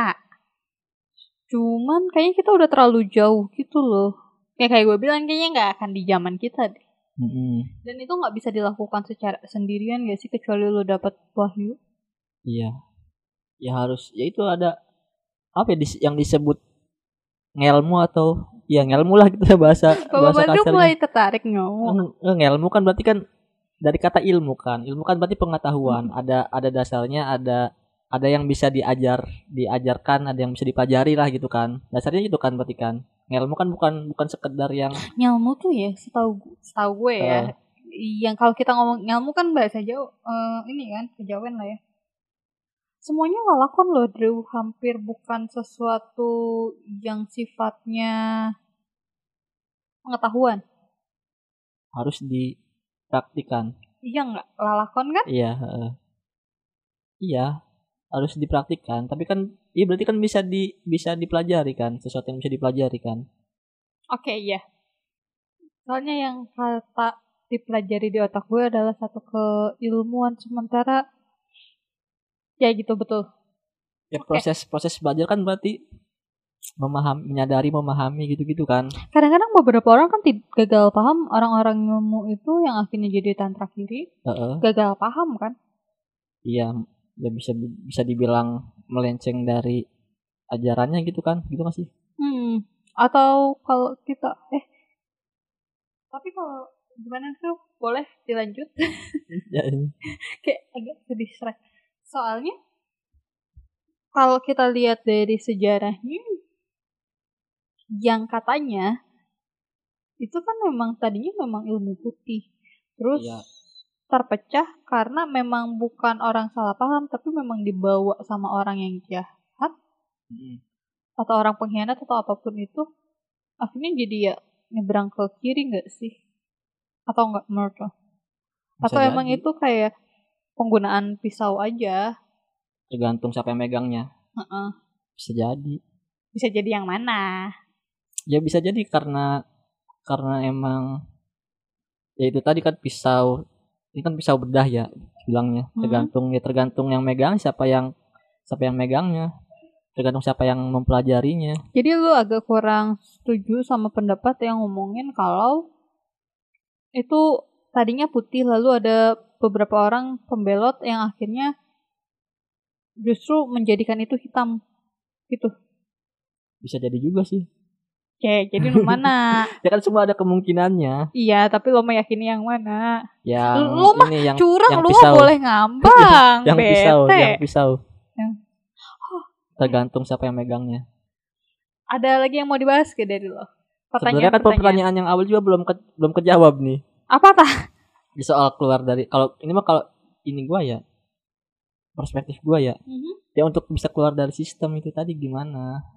cuman kayaknya kita udah terlalu jauh gitu loh. Kayak gue bilang, kayaknya nggak akan di zaman kita deh. Dan itu nggak bisa dilakukan secara sendirian gak sih, kecuali lo dapet wahyu. Iya. Ya harus, ya itu ada apa ya yang disebut ngelmu atau ya ngelmu lah gitu ya bahasa kasarnya. Mulai tertarik ngomong. Ngelmu kan berarti kan dari kata ilmu kan. Ilmu kan berarti pengetahuan. Ada dasarnya, ada yang bisa diajarkan, ada yang bisa dipelajari lah gitu kan. Dasarnya itu kan berarti kan. Ngelmu kan bukan sekedar yang ngelmu tuh ya, setahu gue ya. Yang kalau kita ngomong ngelmu kan bahasa Jawa, ini kan kejawen lah ya. Semuanya walaupun loh Drew, hampir bukan sesuatu yang sifatnya pengetahuan. Harus dipraktikan. Iya nggak? Lalakon kan? Iya. Iya, harus dipraktikan. Tapi kan, iya berarti kan bisa dipelajari kan, sesuatu yang bisa dipelajari kan. Oke, iya. Soalnya yang kata dipelajari di otak gue adalah satu keilmuan, sementara ya gitu, betul. Ya proses belajar kan berarti menyadari, memahami gitu-gitu kan. Kadang-kadang beberapa orang kan gagal paham, orang-orang ilmu itu yang akhirnya jadi tantra kiri, gagal paham kan. Iya, ya bisa dibilang melenceng dari ajarannya gitu kan, gitu gak sih? Atau kalau kita tapi kalau gimana tuh, boleh dilanjut? Kayak agak sedih stress. Soalnya kalau kita lihat dari sejarahnya, yang katanya itu kan memang tadinya memang ilmu putih, terus terpecah karena memang bukan orang salah paham, tapi memang dibawa sama orang yang jahat atau orang pengkhianat atau apapun itu, akhirnya jadi ya nyebrang ke kiri nggak sih? Atau nggak menurut lo? Atau emang itu kayak penggunaan pisau aja? Tergantung siapa yang megangnya. Bisa jadi. Bisa jadi yang mana? Ya bisa jadi karena emang ya itu tadi kan pisau, ini kan pisau bedah ya bilangnya. Tergantung yang megang, siapa yang megangnya. Tergantung siapa yang mempelajarinya. Jadi lu agak kurang setuju sama pendapat yang ngomongin kalau itu tadinya putih, lalu ada beberapa orang pembelot yang akhirnya justru menjadikan itu hitam gitu. Bisa jadi juga sih. Oke, jadi lu mana? Ya kan semua ada kemungkinannya. Iya, tapi lo meyakini yang mana? Lo mah curang, lo mah boleh ngambang. yang pisau. Tergantung siapa yang megangnya. Ada lagi yang mau dibahas ke dari lo? Sebenarnya kan pertanyaan yang awal juga belum kejawab nih. Apa tah? Di soal keluar dari, kalau ini gua ya, perspektif gua ya. Ya untuk bisa keluar dari sistem itu tadi gimana?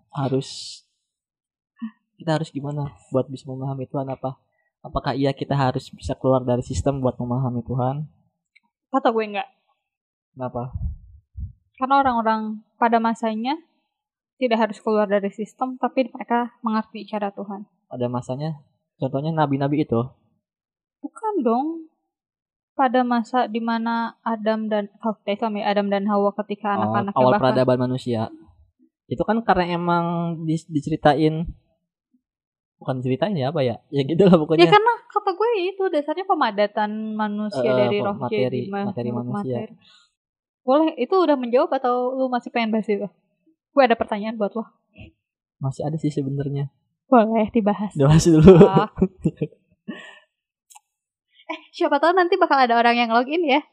Kita harus gimana buat bisa memahami Tuhan apa? Apakah iya kita harus bisa keluar dari sistem buat memahami Tuhan? Kata gue enggak. Kenapa? Karena orang-orang pada masanya tidak harus keluar dari sistem, tapi mereka mengerti cara Tuhan. Pada masanya, contohnya nabi-nabi itu? Bukan dong. Pada masa dimana Adam dan Hawa ketika anak-anaknya awal peradaban manusia. Itu kan karena emang diceritain, bukan ceritain ya apa ya? Ya gitu lah pokoknya. Ya karena kata gue itu dasarnya pemadatan manusia dari roh materi manusia. Boleh, itu udah menjawab atau lu masih pengen bahas itu? Gue ada pertanyaan buat lo. Masih ada sih sebenarnya. Boleh dibahas. Dibahas dulu. Siapa tahu nanti bakal ada orang yang login ya.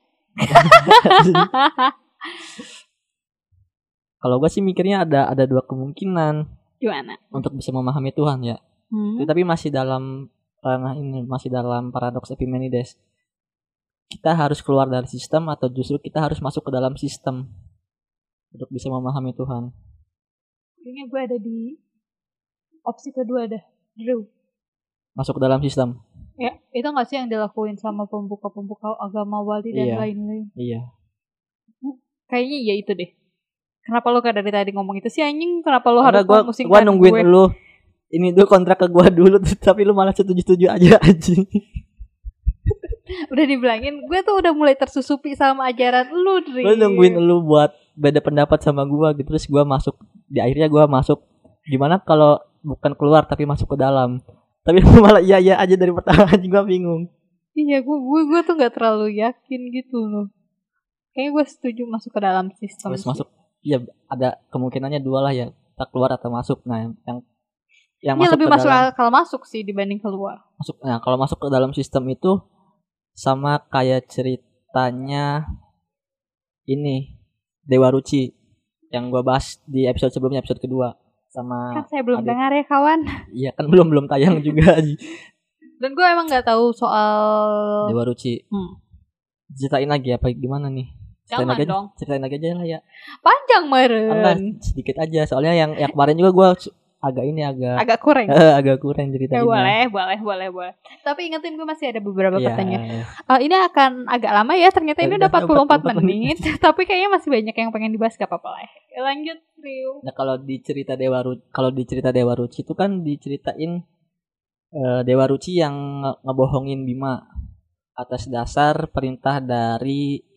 Kalau gue sih mikirnya ada dua kemungkinan. Gimana? Untuk bisa memahami Tuhan ya. Tapi masih dalam ranah ini, masih dalam paradoks Epimenides. Kita harus keluar dari sistem atau justru kita harus masuk ke dalam sistem. untuk bisa memahami Tuhan. Kayaknya gue ada di opsi kedua dah, Drew. Masuk ke dalam sistem. Ya, itu nggak sih yang dilakuin sama pembuka agama wali dan Iya. lain-lain? Iya. Kayaknya iya itu deh. Kenapa lo dari tadi ngomong itu sih anjing? Kenapa lo harus Enggak, gua nungguin lu. Ini dulu kontrak ke gua dulu, tapi lu malah setuju-setuju aja anjing. Udah dibilangin, gue tuh udah mulai tersusupi sama ajaran lu, Dri. Lu nungguin lu buat beda pendapat sama gua gitu, terus gua masuk. Di akhirnya gua masuk. Gimana kalau bukan keluar tapi masuk ke dalam? Tapi lu malah iya aja dari pertama anjing, gua bingung. Iya, gue tuh nggak terlalu yakin gitu loh. Kayaknya gue setuju masuk ke dalam sistem. Terus masuk. Iya, ada kemungkinannya dua lah ya, tak keluar atau masuk. Nah, yang masuk lebih ke masuk dalam, kalau masuk sih dibanding keluar. masuk. Nah, kalau masuk ke dalam sistem itu sama kayak ceritanya ini Dewa Ruci yang gua bahas di episode sebelumnya, episode kedua sama. Kan saya belum dengar ya kawan. Iya kan belum tayang juga. Dan gue emang nggak tahu soal Dewa Ruci. Ceritain lagi apa gimana nih? Ceritain lagi aja lah ya. Panjang meren. Enggak, sedikit aja. Soalnya yang kemarin juga gua agak kurang. agak kurang ceritanya. Boleh. Tapi ingetin gue masih ada beberapa pertanyaan. Ini akan agak lama ya. Ternyata ini udah 44 menit. Tapi kayaknya masih banyak yang pengen dibahas. Gak apa-apa lah. Lanjut, Rio. Nah, kalau di cerita Dewa Ruci itu kan diceritain Dewa Ruci yang ngebohongin Bima atas dasar perintah dari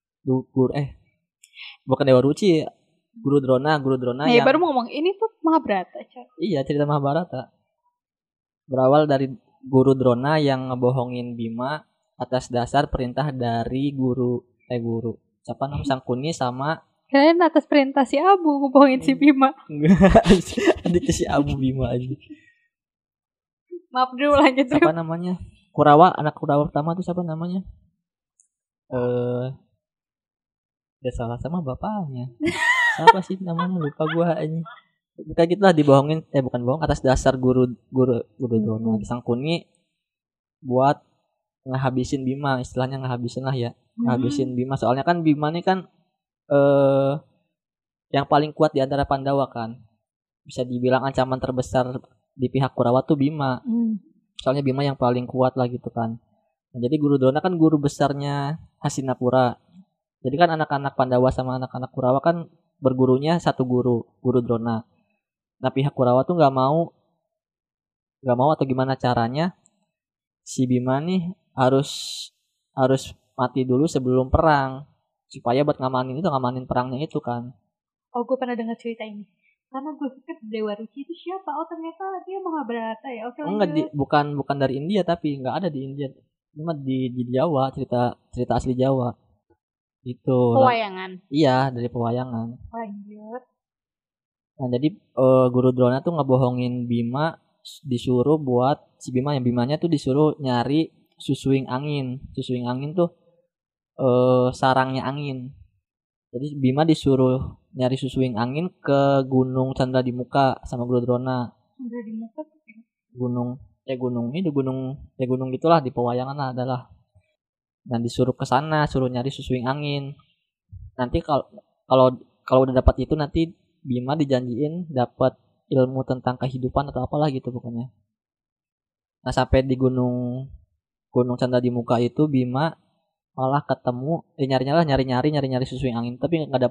bukan Dewa Ruci, Guru Drona yang baru mau ngomong ini tuh Mahabharata. Iya, cerita Mahabharata. Berawal dari Guru Drona yang ngebohongin Bima atas dasar perintah dari guru siapa namanya Sangkuni sama kalian atas perintah si Abu ngebohongin si Bima. Adiknya si Abu Bima aja. Maaf dulu, lanjut. Apa namanya? Kurawa, anak Kurawa pertama tuh siapa namanya? Dia salah sama bapaknya. Siapa sih namanya, lupa gua ini. Kayak gitulah dibohongin, bukan bohong, atas dasar guru Drona Sangkuni buat ngehabisin Bima, istilahnya ngehabisin lah ya. Ngehabisin Bima, soalnya kan Bima ini kan yang paling kuat di antara Pandawa kan. Bisa dibilang ancaman terbesar di pihak Kurawa tuh Bima. Soalnya Bima yang paling kuat lah gitu kan. Nah, jadi Guru Drona kan guru besarnya Hastinapura. Jadi kan anak-anak Pandawa sama anak-anak Kurawa kan bergurunya satu Guru Drona. Nah, pihak Kurawa tuh nggak mau atau gimana caranya si Bima nih harus mati dulu sebelum perang supaya buat ngamanin perangnya itu kan. Oh, gue pernah dengar cerita ini. Karena gue pikir Dewa Ruci itu siapa? Oh, ternyata dia Mahabharata ya. Oke, enggak, bukan dari India, tapi nggak ada di India. Cuma di Jawa, cerita asli Jawa. Itu pewayangan. Iya, dari pewayangan. Lanjut. Nah, jadi Guru Drona tuh ngebohongin Bima, disuruh buat si Bimanya tuh disuruh nyari susuing angin. Susuing angin tuh sarangnya angin. Jadi Bima disuruh nyari susuing angin ke Gunung Candradimuka sama Guru Drona. Candradimuka gunung gitulah di pewayangan lah adalah. Dan disuruh ke sana, suruh nyari susuing angin. Nanti kalau udah dapat itu nanti Bima dijanjiin dapat ilmu tentang kehidupan atau apalah gitu pokoknya. Nah, sampai di Gunung Candradimuka itu Bima malah ketemu nyari susuing angin tapi nggak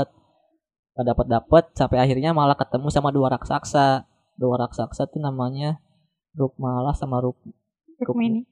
dapat sampai akhirnya malah ketemu sama dua raksasa tuh namanya Rukmala sama Rukmini.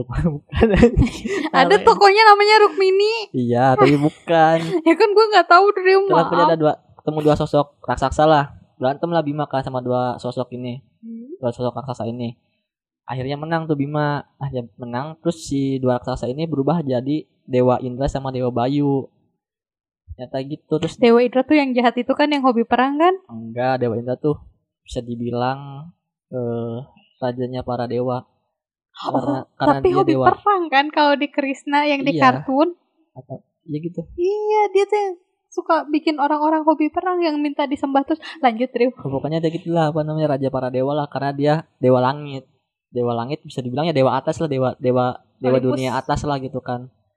Ada tokonya namanya Rukmini. Iya, tapi bukan. Ya kan gue nggak tahu dari maaf. Ketemu dua sosok raksasa lah, berantem lah Bima kan sama dua sosok raksasa ini. Akhirnya menang tuh Bima. Menang, terus si dua raksasa ini berubah jadi Dewa Indra sama Dewa Bayu. Nyata gitu. Terus Dewa Indra tuh yang jahat itu kan, yang hobi perang kan? Enggak, Dewa Indra tuh bisa dibilang rajanya para dewa. Karena tapi hobi dewa perang kan kalau di Krishna yang di kartun. Iya gitu. Iya, dia tuh suka bikin orang-orang hobi perang yang minta disembah terus. Lanjut, Rio. Pokoknya dia gitulah, apa namanya, raja para dewa lah, karena dia dewa langit. Dewa langit bisa dibilangnya dewa atas lah, dewa dunia atas lah gitu kan.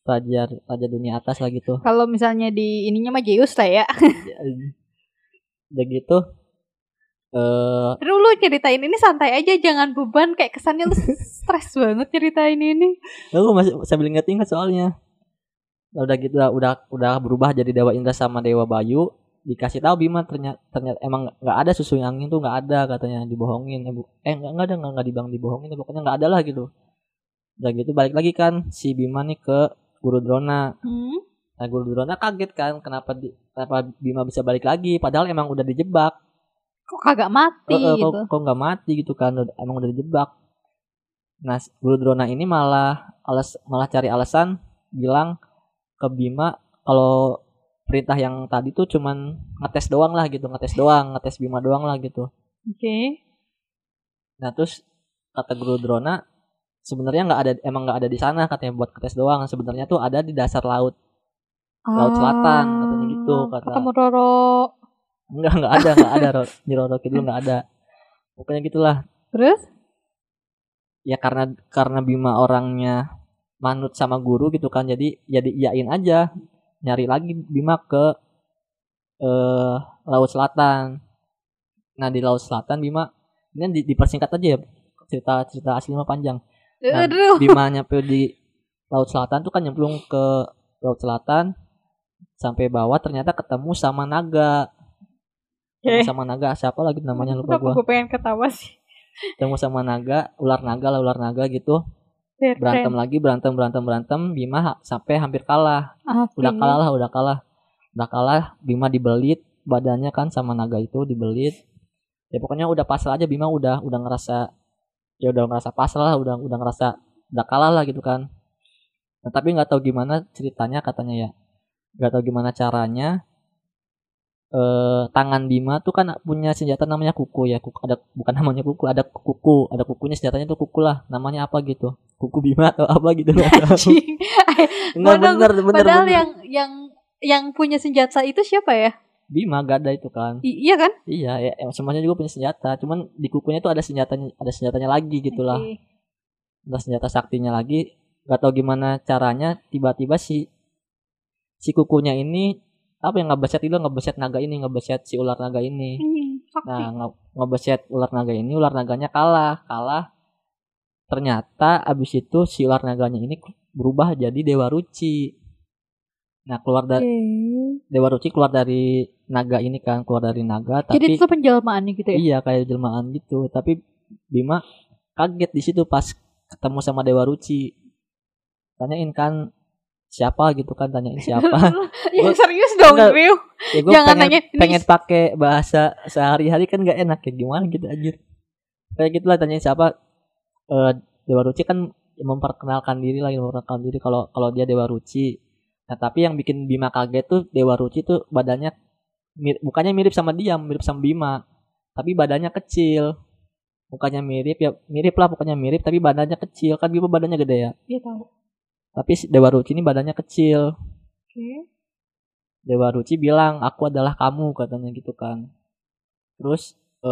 raja dunia atas lah gitu. Kalau misalnya di ininya mah Zeus lah ya. Udah gitu Terus lu ceritain ini santai aja, jangan beban, kayak kesannya lu stres banget ceritain ini. aku masih sambil ingat-ingat soalnya. Udah gitu udah berubah jadi Dewa Indra sama Dewa Bayu. Dikasih tahu Bima ternyata emang nggak ada susu angin tuh, nggak ada katanya, dibohongin. Nggak ada, nggak dibilang dibohongin, pokoknya nggak ada lah gitu. Udah gitu balik lagi kan si Bima nih ke Guru Drona. Nah Guru Drona kaget kan kenapa Bima bisa balik lagi padahal emang udah dijebak. Kok kagak mati gitu. Kok nggak mati gitu kan, emang udah dijebak. Nah Guru Drona ini malah cari alasan bilang ke Bima kalau perintah yang tadi tuh cuman ngetes doang lah gitu, ngetes Bima doang lah gitu. Oke. Nah terus kata Guru Drona sebenarnya emang nggak ada di sana katanya buat ngetes doang, sebenarnya tuh ada di dasar laut selatan katanya gitu kata. Ketemu Roro. Enggak ada di Roro Kidul nggak ada. Pokoknya gitulah. Terus? Ya karena Bima orangnya manut sama guru gitu kan, jadi iyain aja, nyari lagi Bima ke laut selatan. Nah di laut selatan Bima ini dipersingkat aja ya, cerita aslinya panjang. Nah, Bima nyampe di laut selatan tuh kan, nyemplung ke laut selatan sampai bawah ternyata ketemu sama naga. Sama naga siapa lagi namanya lupa gua. Gue pengen ketawa sih. Ketemu sama naga, ular naga gitu. Berantem lagi, berantem. Bima sampai hampir kalah. Udah kalah. Bima dibelit badannya kan sama naga itu, dibelit. Ya pokoknya udah pasrah aja Bima, udah ngerasa pasrah lah, udah ngerasa udah kalah lah gitu kan. Nah, tapi nggak tahu gimana ceritanya katanya ya, nggak tahu gimana caranya tangan Bima tuh kan punya senjata namanya kuku ya, bukan namanya kuku, ada kukunya, senjatanya tuh kuku lah, namanya apa gitu, kuku Bima atau apa gitu. Enggak bener. Padahal yang punya senjata itu siapa ya? Bima, gak ada itu kan. Iya kan? Iya ya, semuanya juga punya senjata, cuman di kukunya tuh ada senjatanya lagi gitulah. Ada senjata saktinya lagi. Gak tahu gimana caranya tiba-tiba si kukunya ini apa yang ngebeset naga ini, ngebeset si ular naga ini. Nah ngebeset ular naga ini, ular naganya kalah. Ternyata abis itu si ular naganya ini berubah jadi Dewa Ruci. Nah Dewa Ruci keluar dari naga ini kan, keluar dari naga. Jadi itu penjelmaannya gitu ya? Iya kayak jelmaan gitu. Tapi Bima kaget di situ pas ketemu sama Dewa Ruci. Tanyain kan siapa gitu kan, tanyain siapa. Ya serius dong Rio. Ya gue pengen pakai bahasa sehari-hari kan gak enak, kayak gimana gitu aja. Kayak gitulah, tanyain siapa. Dewa Ruci kan memperkenalkan diri kalau dia Dewa Ruci. Nah tapi yang bikin Bima kaget tuh Dewa Ruci tuh badannya mukanya mirip sama Bima, tapi badannya kecil. Mukanya mirip lah pokoknya mirip, tapi badannya kecil. Kan Bima badannya gede ya. Iya tahu. Tapi Dewa Ruci ini badannya kecil. Oke. Dewa Ruci bilang aku adalah kamu katanya gitu kan. Terus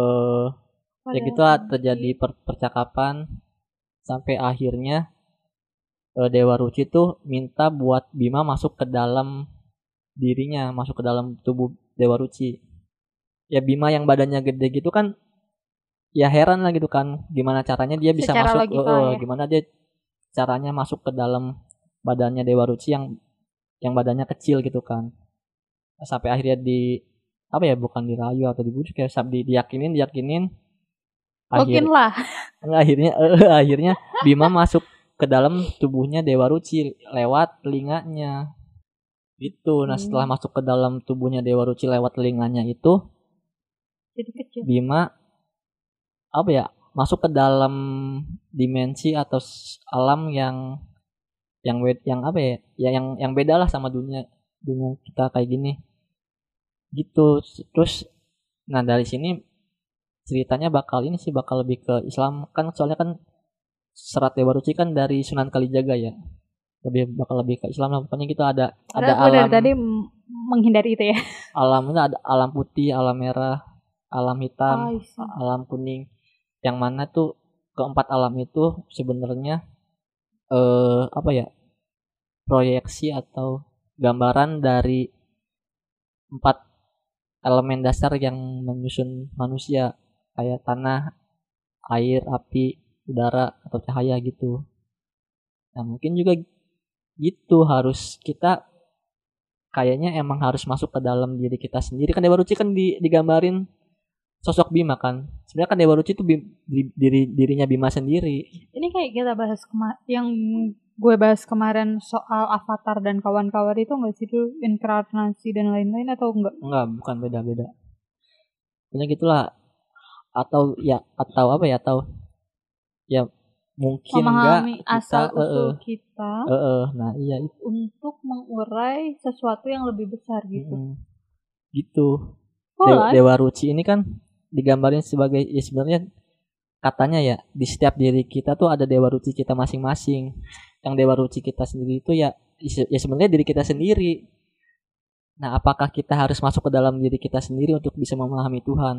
ya gitu terjadi percakapan sampai akhirnya Dewa Ruci tuh minta buat Bima masuk ke dalam dirinya, masuk ke dalam tubuh Dewa Ruci. Ya Bima yang badannya gede gitu kan, ya heran lah gitu kan, gimana caranya dia bisa secara masuk, gimana dia caranya masuk ke dalam badannya Dewa Ruci yang badannya kecil gitu kan. Sampai akhirnya bukan dirayu atau dibujuk, kayak diyakinin. Akhirnya Bima masuk ke dalam tubuhnya Dewa Ruci lewat telinganya gitu. Nah setelah masuk ke dalam tubuhnya Dewa Ruci lewat telinganya itu, jadi kecil. Bima masuk ke dalam dimensi atau alam yang beda lah sama dunia kita kayak gini gitu. Terus nah dari sini ceritanya bakal lebih ke Islam kan, soalnya kan serat Dewa Ruci kan dari Sunan Kalijaga ya, bakal lebih ke Islam lah pokoknya gitu. Ada alam tadi menghindari itu ya. Alamnya ada alam putih, alam merah, alam hitam, alam kuning, yang mana tuh keempat alam itu sebenarnya proyeksi atau gambaran dari 4 elemen dasar yang menyusun manusia, kayak tanah, air, api, udara, atau cahaya gitu. Nah mungkin juga gitu, harus kita kayaknya emang harus masuk ke dalam diri kita sendiri. Kan Dewa Ruci kan digambarin sosok Bima kan. Sebenarnya kan Dewa Ruci itu dirinya Bima sendiri. Ini kayak kita bahas yang gue bahas kemarin soal Avatar dan kawan-kawan itu enggak sih, itu inkarnasi dan lain-lain atau enggak? Enggak, bukan, beda-beda. Pokoknya gitulah. Atau apa ya, atau ya mungkin memahami enggak asal usul kita. Nah, iya itu. Untuk mengurai sesuatu yang lebih besar gitu. Gitu. Dewa Ruci ini kan digambarin sebagai, ya sebenarnya katanya ya di setiap diri kita tuh ada Dewa Ruci kita masing-masing. Yang Dewa Ruci kita sendiri itu ya sebenarnya diri kita sendiri. Nah, apakah kita harus masuk ke dalam diri kita sendiri untuk bisa memahami Tuhan?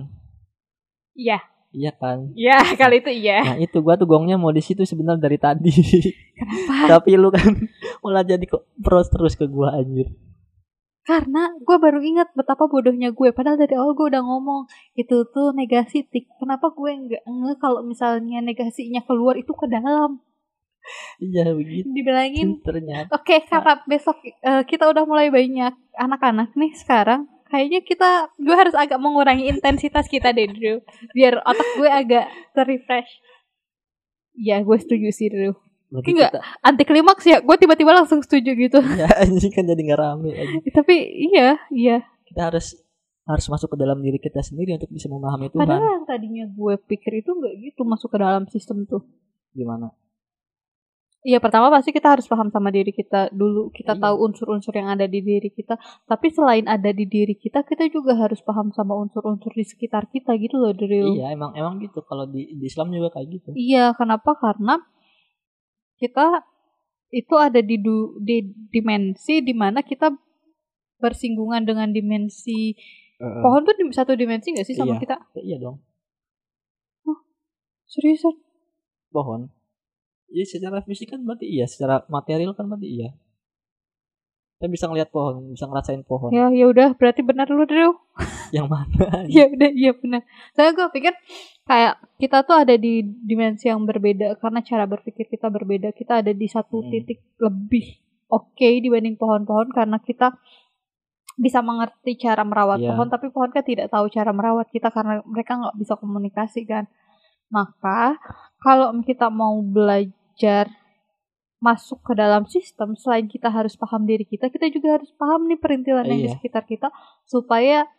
Iya. Iya kan? Iya, kali itu iya. Nah, itu gua tuh gongnya mau di situ sebenarnya dari tadi. Kenapa? Tapi lu kan malah jadi kok terus ke gua, anjir. Karena gue baru ingat betapa bodohnya gue. Padahal dari awal gue udah ngomong itu tuh negasi tik. Kenapa gue nggak kalau misalnya negasinya keluar itu ke dalam? Iya begitu. Dibilangin ternyata. Oke, karena besok kita udah mulai banyak anak-anak nih sekarang. Kayaknya gue harus agak mengurangi intensitas kita deh, Drew. Biar otak gue agak terrefresh. Ya, gue setuju sih, Drew. Enggak, anti klimaks ya. Gue tiba-tiba langsung setuju gitu. Ya, anjing kan jadi gak rame aja. Tapi iya. Kita harus masuk ke dalam diri kita sendiri untuk bisa memahami Tuhan. Padahal yang tadinya gue pikir itu enggak gitu, masuk ke dalam sistem tuh. Gimana? Iya, pertama pasti kita harus paham sama diri kita dulu. Kita tahu unsur-unsur yang ada di diri kita. Tapi selain ada di diri kita juga harus paham sama unsur-unsur di sekitar kita gitu loh, Drew. Iya, emang gitu. Kalau di Islam juga kayak gitu. Iya, kenapa? Karena kita itu ada di dimensi di mana kita bersinggungan dengan dimensi pohon tuh satu dimensi nggak sih sama kita? Iya dong. Seriusan? Pohon? Iya, secara fisik kan berarti iya, secara material kan berarti iya. Kita bisa ngelihat pohon, bisa ngerasain pohon. Ya udah, berarti benar lu, Drew. Yang mana? Ya udah, iya benar. Saya gue pikir kayak kita tuh ada di dimensi yang berbeda karena cara berpikir kita berbeda. Kita ada di satu titik lebih oke dibanding pohon-pohon karena kita bisa mengerti cara merawat pohon, tapi pohon kan tidak tahu cara merawat kita karena mereka nggak bisa komunikasi kan. Maka kalau kita mau belajar masuk ke dalam sistem, selain kita harus paham diri kita juga harus paham nih perintilan yang di sekitar kita supaya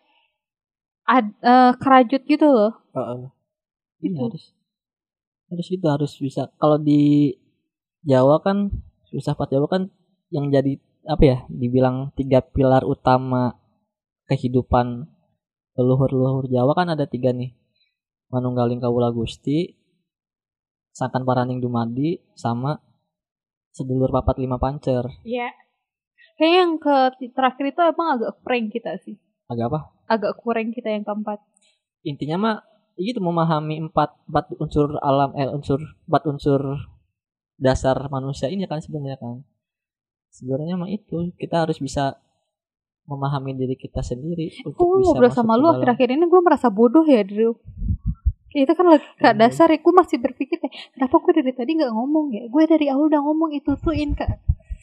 kerajut gitu loh. Iya, harus bisa. Kalau di Jawa kan, filsafat Jawa kan yang jadi apa ya, dibilang 3 pilar utama kehidupan leluhur Jawa kan ada 3 nih. Manunggaling Kawula Gusti, Sangkan Paraning Dumadi, sama Sedulur Papat Lima Pancer. Iya. Kayaknya yang terakhir itu emang agak kurang kita sih. Agak apa? Agak kurang kita yang keempat. Intinya mah itu memahami 4 unsur alam, 4 unsur dasar manusia ini kan sebenarnya kan. Sebenarnya mah itu kita harus bisa memahami diri kita sendiri untuk bisa ngobrol sama lu akhir-akhir ini gue merasa bodoh ya, Drew. Itu kan lagi kak dasar ya, gue masih berpikir kenapa gue dari tadi nggak ngomong ya, gue dari awal udah ngomong itu tuh kak.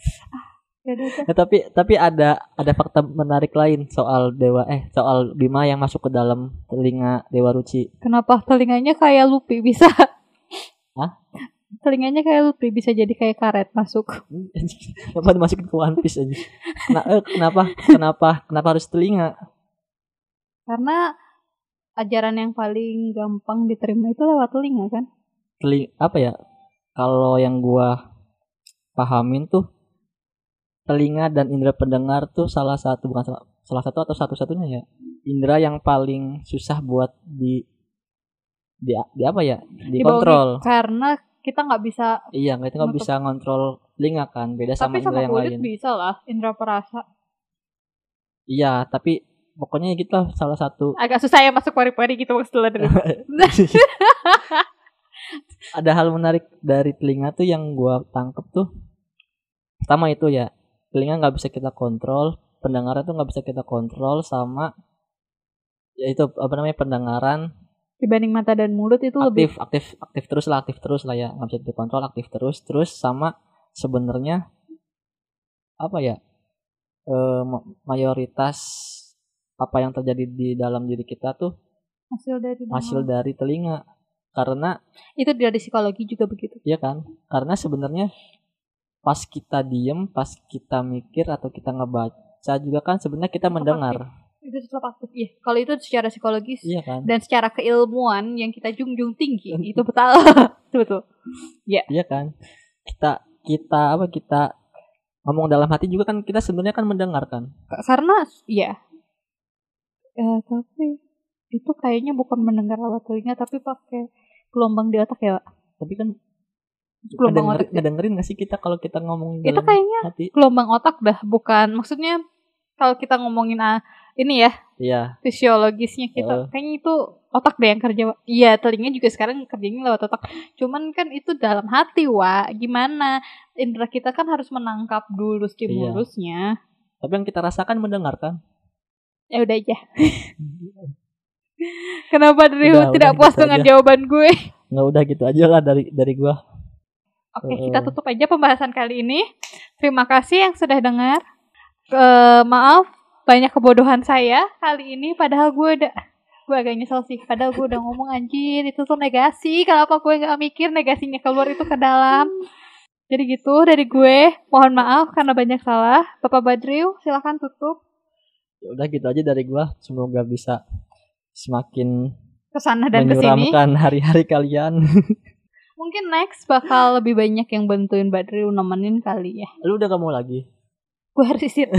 Tapi ada fakta menarik lain soal soal Bima yang masuk ke dalam telinga Dewa Ruci. Kenapa telinganya kayak Luffy bisa? Hah? Telinganya kayak Luffy bisa jadi kayak karet masuk. Kenapa dimasukin ke One Piece aja? Kenapa harus telinga? Karena ajaran yang paling gampang diterima itu lewat telinga kan? Apa ya? Kalau yang gua pahamin tuh telinga dan indera pendengar tuh salah satu atau satu-satunya ya indera yang paling susah buat di apa ya? Dikontrol. Karena kita nggak bisa. Iya, kita nggak bisa ngontrol telinga kan, beda sama indera yang lain. Tapi sama bisa lah, indera perasa. Iya, tapi pokoknya gitu lah, salah satu. Agak susah ya masuk pori-pori gitu setelah dulu. Ada hal menarik dari telinga tuh yang gua tangkep tuh. Pertama itu ya, telinga nggak bisa kita kontrol, pendengaran tuh nggak bisa kita kontrol, sama ya itu apa namanya, pendengaran Dibanding mata dan mulut itu lebih aktif terus lah ya, nggak bisa dikontrol, aktif terus sama sebenarnya apa ya, mayoritas apa yang terjadi di dalam diri kita tuh hasil dari telinga. Karena itu dari psikologi juga begitu. Iya kan, karena sebenarnya pas kita diem, pas kita mikir atau kita ngebaca juga kan sebenarnya kita mendengar. Itu tetap aktif ya. Kalau itu secara psikologis, iya kan? Dan secara keilmuan yang kita junjung tinggi itu betul. Betul. Ya. Iya kan? Kita ngomong dalam hati juga kan kita sebenarnya kan mendengar kan? Karena ya. Tapi itu kayaknya bukan mendengar lewat telinga tapi pakai gelombang di otak ya, Pak. Tapi kan gelombang otak ngedengerin nggak sih kita kalau kita ngomong itu kayaknya hati? Gelombang otak dah, bukan maksudnya kalau kita ngomongin ini ya, iya, fisiologisnya kita kayaknya itu otak deh yang kerja. Iya, telinga juga sekarang kerjanya lewat otak. Cuman kan itu dalam hati, Wak. Gimana? Indra kita kan harus menangkap dulu stimulusnya. Tapi yang kita rasakan mendengarkan. Ya udah aja. Kenapa Drew tidak puas gitu dengan aja. Jawaban gue? Nggak, udah gitu aja lah dari gue. Oke, kita tutup aja pembahasan kali ini. Terima kasih yang sudah dengar. Maaf banyak kebodohan saya kali ini. Padahal gue agak nyesel sih. Padahal gue udah ngomong anjir itu tuh negasi. Kenapa gue nggak mikir negasinya keluar itu ke dalam? Jadi gitu dari gue. Mohon maaf karena banyak salah. Bapak Badriu silakan tutup. Ya udah gitu aja dari gue. Semoga bisa semakin kesana dan kesini menyuramkan hari-hari kalian. Mungkin next bakal lebih banyak yang bantuin Badriu nemenin kali ya. Lu udah gak mau lagi? Gue harus istirahat.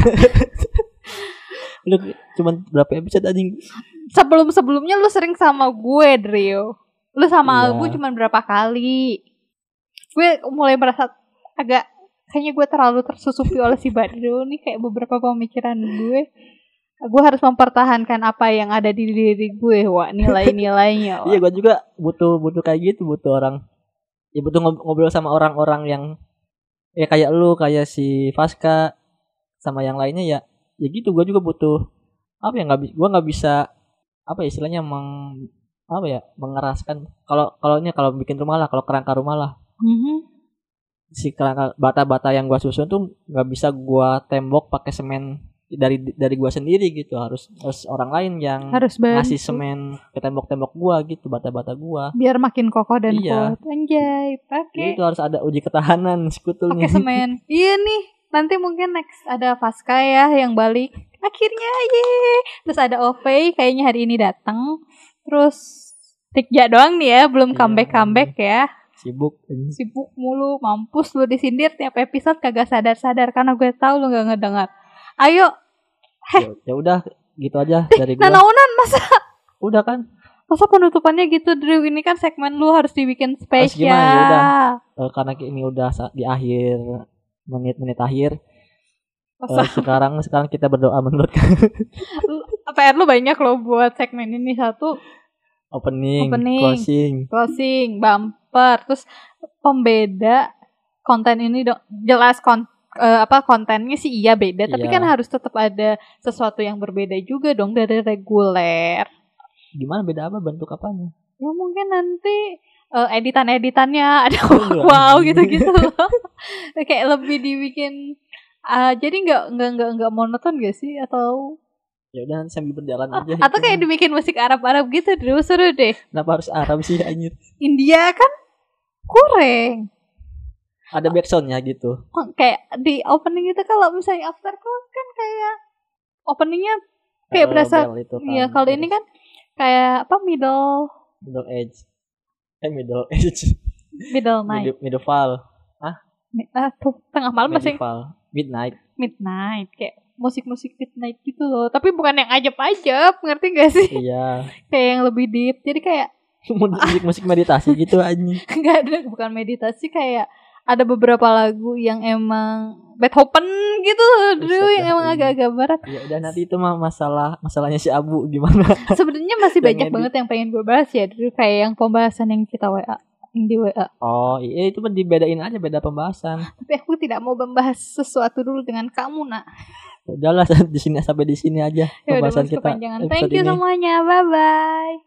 Udah cuman berapa episode anjing? Sebelumnya lu sering sama gue, Drio. Lu sama Albu cuman berapa kali? Gue mulai merasa agak kayaknya gue terlalu tersusupi oleh si Badriu nih, kayak beberapa pemikiran gue. Gue harus mempertahankan apa yang ada di diri gue, Wak, nilai-nilainya. Iya, gue juga butuh kayak gitu, butuh orang. Ya butuh ngobrol sama orang-orang yang ya kayak lu, kayak si Faska sama yang lainnya ya. Ya gitu, gue juga butuh apa ya, gue nggak bisa apa ya, istilahnya mengeraskan. Kalau bikin rumah lah, kalau kerangka rumah lah. Si kerangka bata-bata yang gue susun tuh nggak bisa gue tembok pakai semen dari gua sendiri gitu, harus orang lain yang ngasih semen ke tembok-tembok gua gitu, bata-bata gua biar makin kokoh dan kuat. Anjay, pakai itu harus ada uji ketahanan sekutulnya. Pakai semen. Iya nih, nanti mungkin next ada Faska ya yang balik akhirnya, terus ada Ovey kayaknya hari ini datang, terus Tikja doang nih ya, belum comeback ya. Sibuk mulu, mampus lu disindir tiap episode kagak sadar karena gue tahu lu nggak ngedengar. Ayo, ya udah gitu aja dari gue. Nanaunan masa? Udah kan? Masa penutupannya gitu, Drew? Ini kan segmen lu harus dibikin spesial. Ya udah, karena ini udah di akhir menit-menit akhir. Sekarang kita berdoa menurut. PR lu banyak loh buat segmen ini. Satu, opening, closing, bumper, terus pembeda konten ini jelas kontennya sih iya beda, tapi kan harus tetap ada sesuatu yang berbeda juga dong dari reguler. Gimana beda apa, bentuk apanya? Ya mungkin nanti editannya ada wow gitu-gitu loh. Kayak lebih dibikin jadi nggak monoton gak sih, atau ya udah sambil berjalan aja. Atau kayak dibikin musik Arab gitu, dulu seru deh. Kenapa harus Arab sih anjir? India kan kurang. Ada backsoundnya gitu. Kayak di opening itu kalau misalnya after kan kayak openingnya kayak berasa. Kan, iya, kalau ini kan kayak apa middle age. Middle night. Middle fall. Tuh tengah malam masih. Midnight. Kayak musik-musik midnight gitu loh. Tapi bukan yang ajab-ajab, ngerti gak sih? Iya. Kayak yang lebih deep. Jadi kayak musik meditasi gitu aja. Enggak ada, bukan meditasi, kayak ada beberapa lagu yang emang Beethoven gitu dulu, yang emang agak-agak barat. Ya udah, nanti itu mah masalahnya si Abu gimana. Sebenarnya masih banyak banget yang pengen gue bahas ya dulu, kayak yang pembahasan yang kita WA di WA. Oh iya, itu mah dibedain aja, beda pembahasan. Tapi aku tidak mau membahas sesuatu dulu dengan kamu, Nak. Udahlah, di sini sampai di sini aja Ya udah pembahasan mas kita kepanjangan. episode Thank you ini. semuanya. Bye bye.